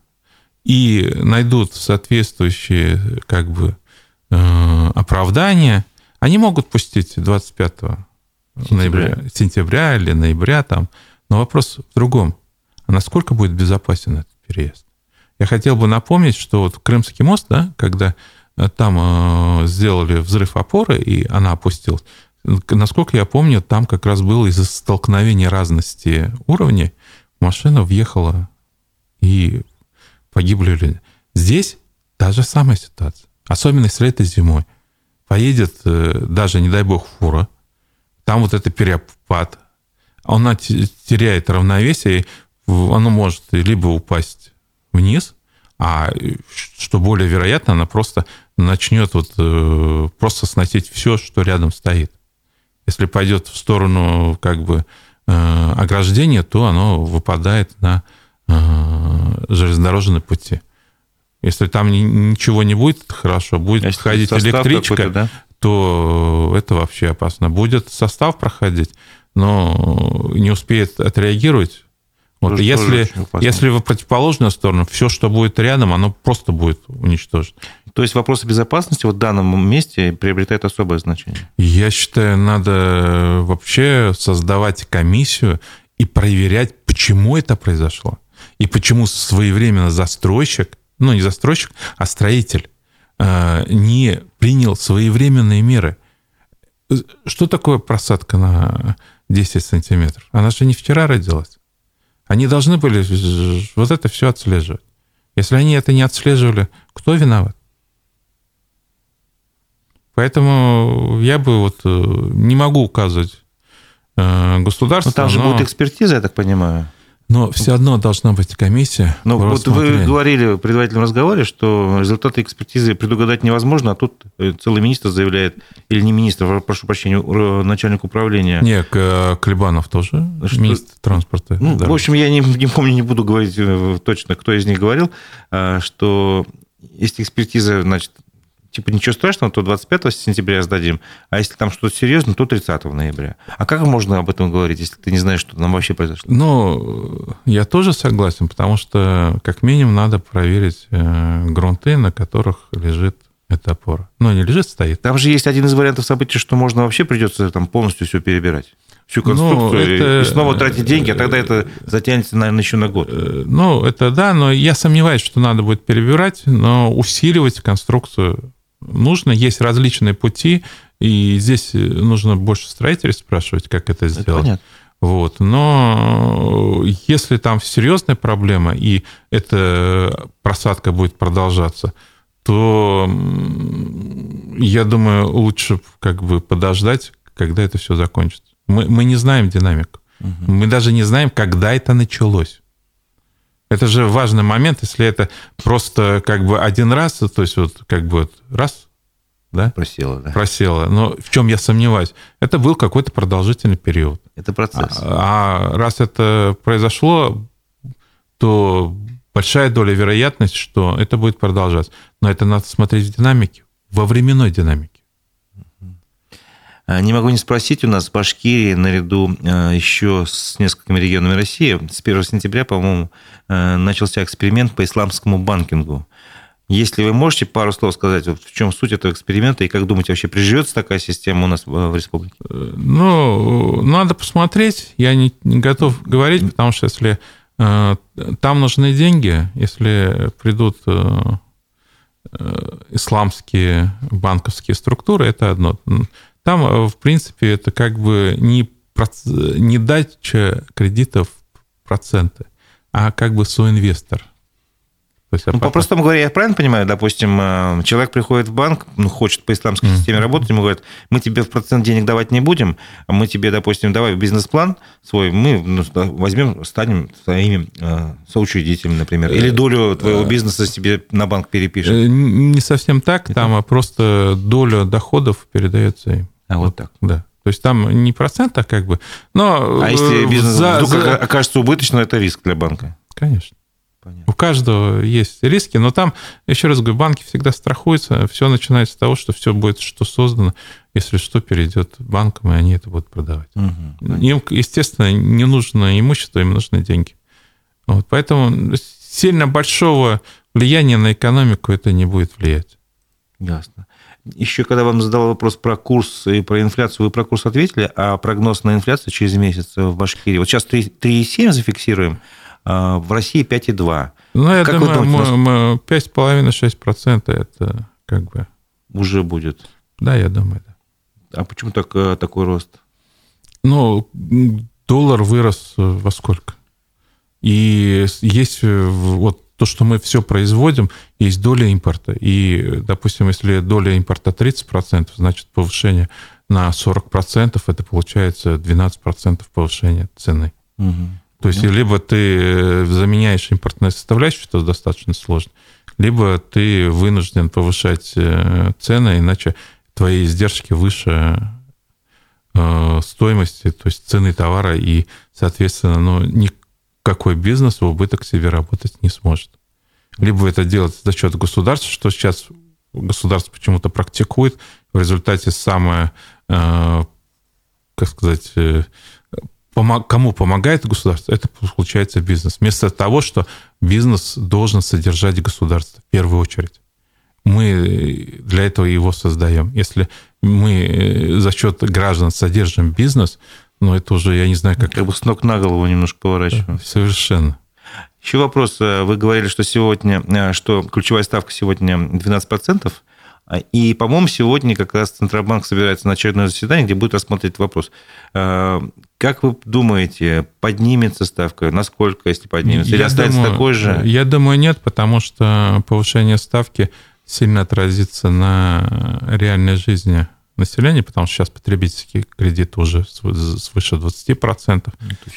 и найдут соответствующие как бы оправдания. Они могут пустить двадцать пятого ноября, сентября или ноября там. Но вопрос в другом. А насколько будет безопасен этот переезд? Я хотел бы напомнить, что вот Крымский мост, да, когда там сделали взрыв опоры, и она опустилась, насколько я помню, там как раз было из-за столкновения разности уровней, машина въехала, и погибли люди. Здесь та же самая ситуация. Особенно если это зимой. Поедет даже, не дай бог, фура, там вот это перепад, она теряет равновесие, и оно может либо упасть вниз, а что более вероятно, она просто начнет вот просто сносить все, что рядом стоит. Если пойдет в сторону как бы ограждения, то оно выпадает на железнодорожные пути. Если там ничего не будет, хорошо, будет а ходить электричка, да? То это вообще опасно. Будет состав проходить, но не успеет отреагировать. Вот, если, если в противоположную сторону, все, что будет рядом, оно просто будет уничтожено. То есть вопросы безопасности вот в данном месте приобретают особое значение? Я считаю, надо вообще создавать комиссию и проверять, почему это произошло. И почему своевременно застройщик, ну не застройщик, а строитель не принял своевременные меры. Что такое просадка на десять сантиметров? Она же не вчера родилась. Они должны были вот это все отслеживать. Если они это не отслеживали, кто виноват? Поэтому я бы вот не могу указывать государству. Но там же но... будет экспертиза, я так понимаю. Но все одно должна быть комиссия. Ну, вот вы говорили в предварительном разговоре, что результаты экспертизы предугадать невозможно, а тут целый министр заявляет, или не министр, прошу прощения, начальник управления. Не, Клебанов тоже, что... министр транспорта. Ну, в общем, я не, не помню, не буду говорить точно, кто из них говорил, что если экспертиза, значит, типа ничего страшного, то двадцать пятого сентября сдадим, а если там что-то серьезное, то тридцатого ноября. А как можно об этом говорить, если ты не знаешь, что там вообще произошло? Ну, я тоже согласен, потому что как минимум надо проверить грунты, на которых лежит эта опора. Ну, не лежит, стоит. Там же есть один из вариантов событий, что можно вообще придется там полностью все перебирать. Всю конструкцию, ну, это... и снова тратить деньги, а тогда это затянется, наверное, еще на год. Ну, это да, но я сомневаюсь, что надо будет перебирать, но усиливать конструкцию нужно. Есть различные пути, и здесь нужно больше строителей спрашивать, как это сделать. Это понятно. Вот. Но если там серьезная проблема, и эта просадка будет продолжаться, то, я думаю, лучше как бы подождать, когда это все закончится. Мы, мы не знаем динамику. Угу. Мы даже не знаем, когда это началось. Это же важный момент, если это просто как бы один раз, то есть вот как бы вот раз, да? Просело, да. Просело. Но в чем я сомневаюсь? Это был какой-то продолжительный период. Это процесс. А, а раз это произошло, то большая доля вероятности, что это будет продолжаться. Но это надо смотреть в динамике, во временной динамике. Не могу не спросить, у нас в Башкирии наряду еще с несколькими регионами России с первого сентября, по-моему, начался эксперимент по исламскому банкингу. Если вы можете пару слов сказать, в чем суть этого эксперимента и как думаете, вообще приживется такая система у нас в республике? Ну, надо посмотреть. Я не, не готов говорить, потому что если э, там нужны деньги, если придут э, э, исламские банковские структуры, это одно. Там, в принципе, это как бы не, не дача кредитов проценты, а как бы соинвестор. То есть, ну, по-простому говоря, я правильно понимаю, допустим, человек приходит в банк, ну, хочет по исламской mm-hmm. системе работать, ему говорят, мы тебе в процент денег давать не будем, а мы тебе, допустим, давай бизнес-план свой, мы ну, возьмем, станем своими соучредителями, например, или долю твоего бизнеса тебе на банк перепишем. Не совсем так, там а просто доля доходов передается им. А вот так. Да. То есть там не процент, а как бы... Но а если бизнес за, вдруг за... окажется убыточным, это риск для банка? Конечно. Понятно. У каждого есть риски, но там, еще раз говорю, банки всегда страхуются, все начинается с того, что все будет, что создано, если что, перейдет банкам, и они это будут продавать. Угу, им, естественно, не нужно имущество, им нужны деньги. Вот, поэтому сильно большого влияния на экономику это не будет влиять. Ясно. Еще когда вам задал вопрос про курс и про инфляцию, вы про курс ответили, а прогноз на инфляцию через месяц в Башкирии? Вот сейчас три целых семь десятых зафиксируем, а в России пять целых два десятых. Ну, я как думаю, думаете, мы пять целых пять десятых - шесть процентов это как бы... Уже будет? Да, я думаю, да. А почему так, такой рост? Ну, доллар вырос во сколько? И есть вот то, что мы все производим, есть доля импорта. И, допустим, если доля импорта тридцать процентов, значит, повышение на сорок процентов, это получается двенадцать процентов повышения цены. Угу. То есть, либо ты заменяешь импортную составляющую, что достаточно сложно, либо ты вынужден повышать цены, иначе твои издержки выше стоимости, то есть цены товара, и, соответственно, ну, никакой бизнес в убыток себе работать не сможет. Либо это делать за счет государства, что сейчас государство почему-то практикует, в результате самое, как сказать, кому помогает государство, это получается бизнес. Вместо того, что бизнес должен содержать государство в первую очередь. Мы для этого его создаем. Если мы за счет граждан содержим бизнес, ну, это уже, я не знаю, как... Как бы с ног на голову немножко поворачиваем. Совершенно. Еще вопрос. Вы говорили, что сегодня, что ключевая ставка сегодня двенадцать процентов, И, по-моему, сегодня как раз Центробанк собирается на очередное заседание, где будет рассмотреть вопрос. Как вы думаете, поднимется ставка? Насколько, если поднимется? Или я останется думаю, такой же? Я думаю, нет, потому что повышение ставки сильно отразится на реальной жизни населения, потому что сейчас потребительский кредит уже свыше двадцать процентов.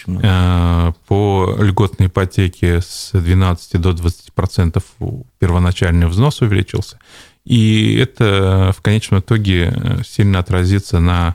По льготной ипотеке с двенадцати до двадцати процентов первоначальный взнос увеличился. И это в конечном итоге сильно отразится на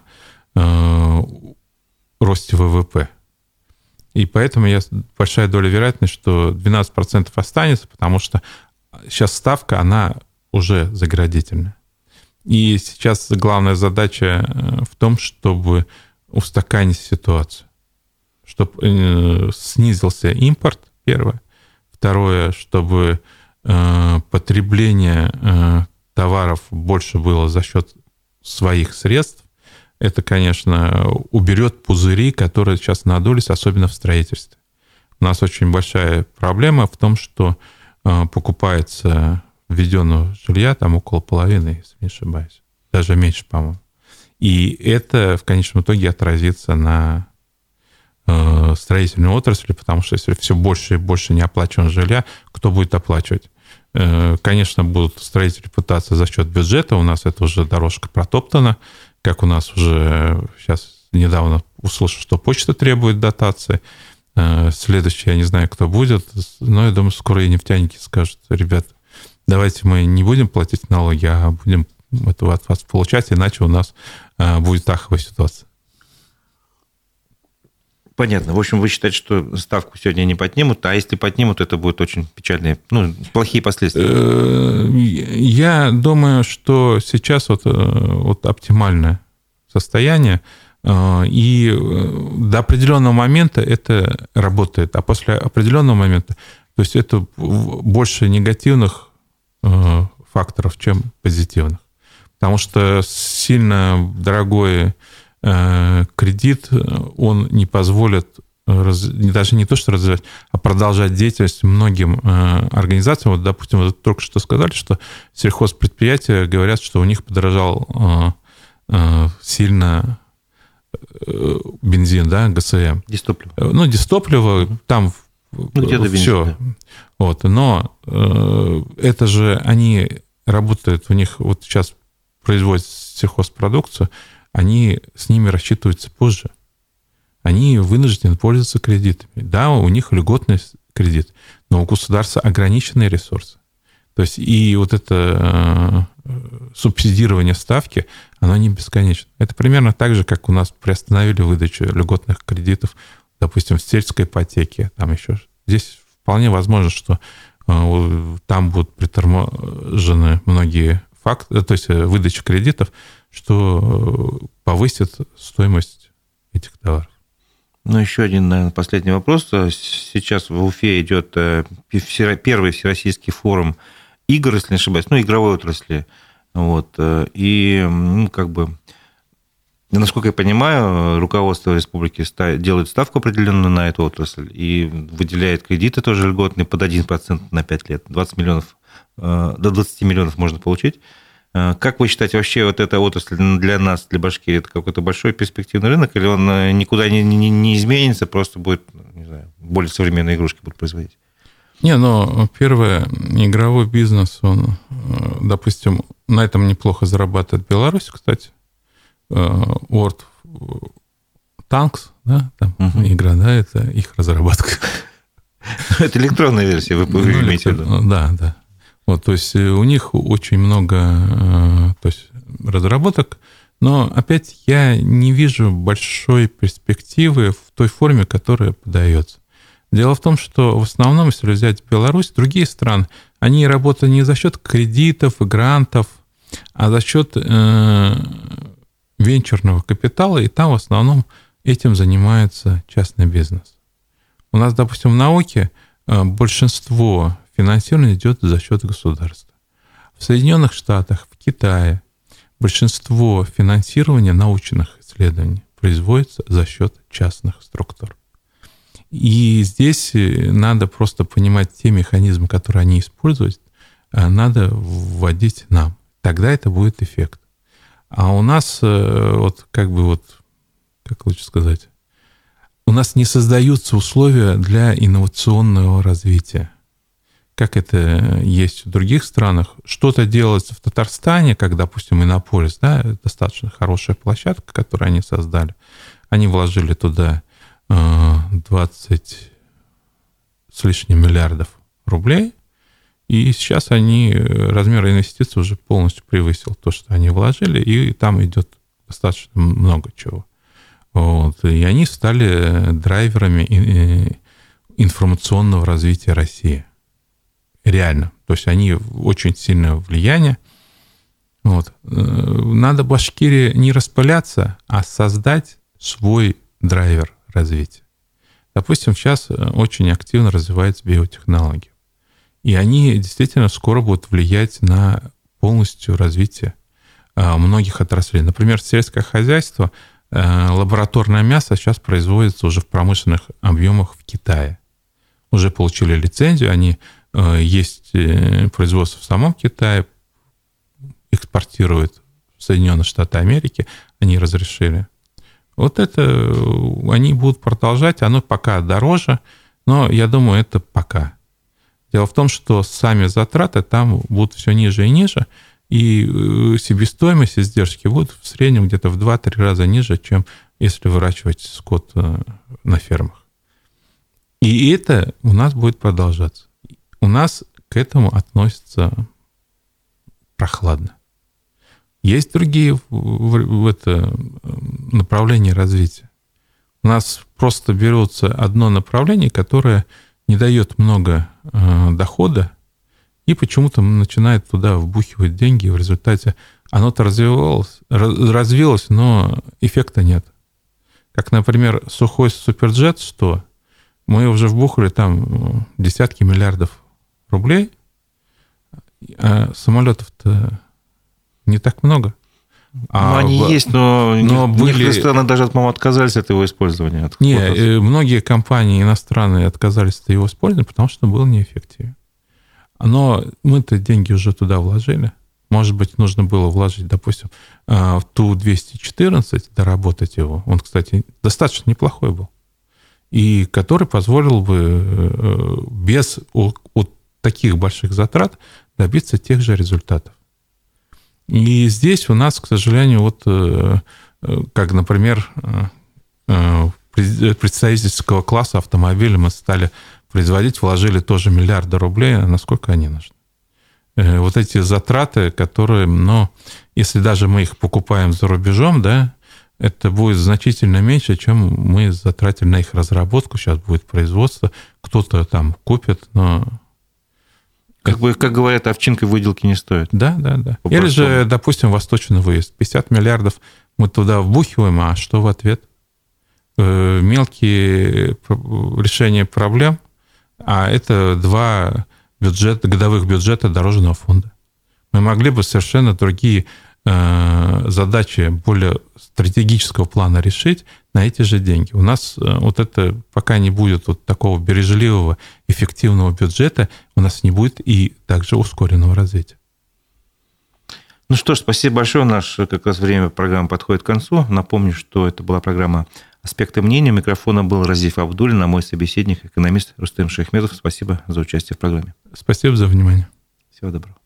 росте ВВП. И поэтому есть большая доля вероятности, что двенадцать процентов останется, потому что сейчас ставка, она уже заградительная. И сейчас главная задача в том, чтобы устаканить ситуацию, чтобы снизился импорт, первое. Второе, чтобы потребление товаров больше было за счет своих средств. Это, конечно, уберет пузыри, которые сейчас надулись, особенно в строительстве. У нас очень большая проблема в том, что покупается введенного жилья там около половины, если не ошибаюсь. Даже меньше, по-моему. И это в конечном итоге отразится на строительной отрасли, потому что если все больше и больше неоплачиваемого жилья, кто будет оплачивать? Конечно, будут строители пытаться за счет бюджета, у нас это уже дорожка протоптана, как у нас уже сейчас недавно услышал, что почта требует дотации. Следующий, я не знаю, кто будет, но я думаю, скоро и нефтяники скажут: ребят, давайте мы не будем платить налоги, а будем это от вас получать, иначе у нас будет аховая ситуация. Понятно. В общем, вы считаете, что ставку сегодня не поднимут, а если поднимут, это будут очень печальные, ну, плохие последствия? Я думаю, что сейчас вот, вот оптимальное состояние, и до определенного момента это работает, а после определенного момента, то есть это больше негативных факторов, чем позитивных. Потому что сильно дорогой кредит, он не позволит даже не то, что развивать, а продолжать деятельность многим организациям. Вот, допустим, вы только что сказали, что сельхозпредприятия говорят, что у них подорожал сильно бензин, да, ГСМ. Дистопливо. Ну, дистопливо, там ну, все. Да. Вот. Но это же они работают, у них вот сейчас производят сельхозпродукцию, они с ними рассчитываются позже. Они вынуждены пользоваться кредитами. Да, у них льготный кредит, но у государства ограниченные ресурсы. То есть и вот это субсидирование ставки, оно не бесконечно. Это примерно так же, как у нас приостановили выдачу льготных кредитов, допустим, в сельской ипотеке. Там еще. Здесь вполне возможно, что там будут приторможены многие факты, то есть выдача кредитов, что повысит стоимость этих товаров. Ну, еще один, наверное, последний вопрос. Сейчас в Уфе идет первый всероссийский форум игр, если не ошибаюсь, ну, игровой отрасли. Вот. И, ну, как бы, насколько я понимаю, руководство республики делает ставку определенную на эту отрасль и выделяет кредиты тоже льготные под один процент на пять лет. двадцать миллионов, до двадцати миллионов можно получить. Как вы считаете, вообще вот эта отрасль для нас, для Башкирии, это какой-то большой перспективный рынок, или он никуда не, не, не изменится, просто будет, не знаю, более современные игрушки будут производить? Не, ну, первое, игровой бизнес, он, допустим, на этом неплохо зарабатывает Беларусь, кстати. World Tanks, да, там угу. игра, да, это их разработка. Это электронная версия, вы имеете в виду? Да, да. Вот, то есть у них очень много то есть, разработок, но опять я не вижу большой перспективы в той форме, которая подается. Дело в том, что в основном, если взять Беларусь, другие страны, они работают не за счет кредитов и грантов, а за счет э, венчурного капитала, и там в основном этим занимается частный бизнес. У нас, допустим, в науке большинство финансирование идет за счет государства. В Соединенных Штатах, в Китае большинство финансирования научных исследований производится за счет частных структур. И здесь надо просто понимать те механизмы, которые они используют, надо вводить нам. тогда это будет эффект. А у нас, вот как бы вот, как лучше сказать, у нас не создаются условия для инновационного развития. Как это есть в других странах. Что-то делается в Татарстане, как, допустим, Иннополис, да, достаточно хорошая площадка, которую они создали. Они вложили туда двадцать с лишним миллиардов рублей, и сейчас они, размер инвестиций уже полностью превысил то, что они вложили, и там идет достаточно много чего. Вот. И они стали драйверами информационного развития России. Реально. То есть они очень сильное влияние. Вот. Надо Башкирии не распыляться, а создать свой драйвер развития. Допустим, сейчас очень активно развивается биотехнология. И они действительно скоро будут влиять на полностью развитие многих отраслей. Например, сельское хозяйство, лабораторное мясо сейчас производится уже в промышленных объемах в Китае. Уже получили лицензию, они есть производство в самом Китае, экспортируют в Соединенные Штаты Америки, они разрешили. Вот это они будут продолжать, оно пока дороже, но я думаю, это пока. Дело в том, что сами затраты там будут все ниже и ниже, и себестоимость издержки будет в среднем где-то в два-три раза ниже, чем если выращивать скот на фермах. И это у нас будет продолжаться. У нас к этому относятся прохладно. Есть другие в это направления развития. У нас просто берется одно направление, которое не дает много э, дохода, и почему-то начинает туда вбухивать деньги, и в результате оно-то развивалось, развилось, но эффекта нет. Как, например, сухой суперджет сто, мы уже вбухали там десятки миллиардов рублей, а самолетов-то не так много. А ну, они в... есть, но, но были... некоторые страны даже, по-моему, отказались от его использования. От не, многие компании иностранные отказались от его использования, потому что был неэффективен. Но мы-то деньги уже туда вложили. Может быть, нужно было вложить, допустим, в Ту двести четырнадцать, доработать его. Он, кстати, достаточно неплохой был. И который позволил бы без вот таких больших затрат добиться тех же результатов. И здесь у нас, к сожалению, вот как, например, представительского класса автомобилей мы стали производить, вложили тоже миллиарды рублей, а насколько они нужны. Вот эти затраты, которые, ну, если даже мы их покупаем за рубежом, да, это будет значительно меньше, чем мы затратили на их разработку. Сейчас будет производство, кто-то там купит, но... Как, бы, как говорят, овчинкой выделки не стоит. Да, да, да. Или же, допустим, восточный выезд. пятьдесят миллиардов мы туда вбухиваем, а что в ответ? Мелкие решения проблем, а это два бюджета, годовых бюджета дорожного фонда. Мы могли бы совершенно другие задачи более стратегического плана решить на эти же деньги. У нас вот это, пока не будет вот такого бережливого, эффективного бюджета, у нас не будет и также ускоренного развития. Ну что ж, спасибо большое. Наше как раз время программы подходит к концу. Напомню, что это была программа «Аспекты мнения». У микрофона был Разиф Абдуллин, а мой собеседник, экономист Рустем Шейхметов. Спасибо за участие в программе. Спасибо за внимание. Всего доброго.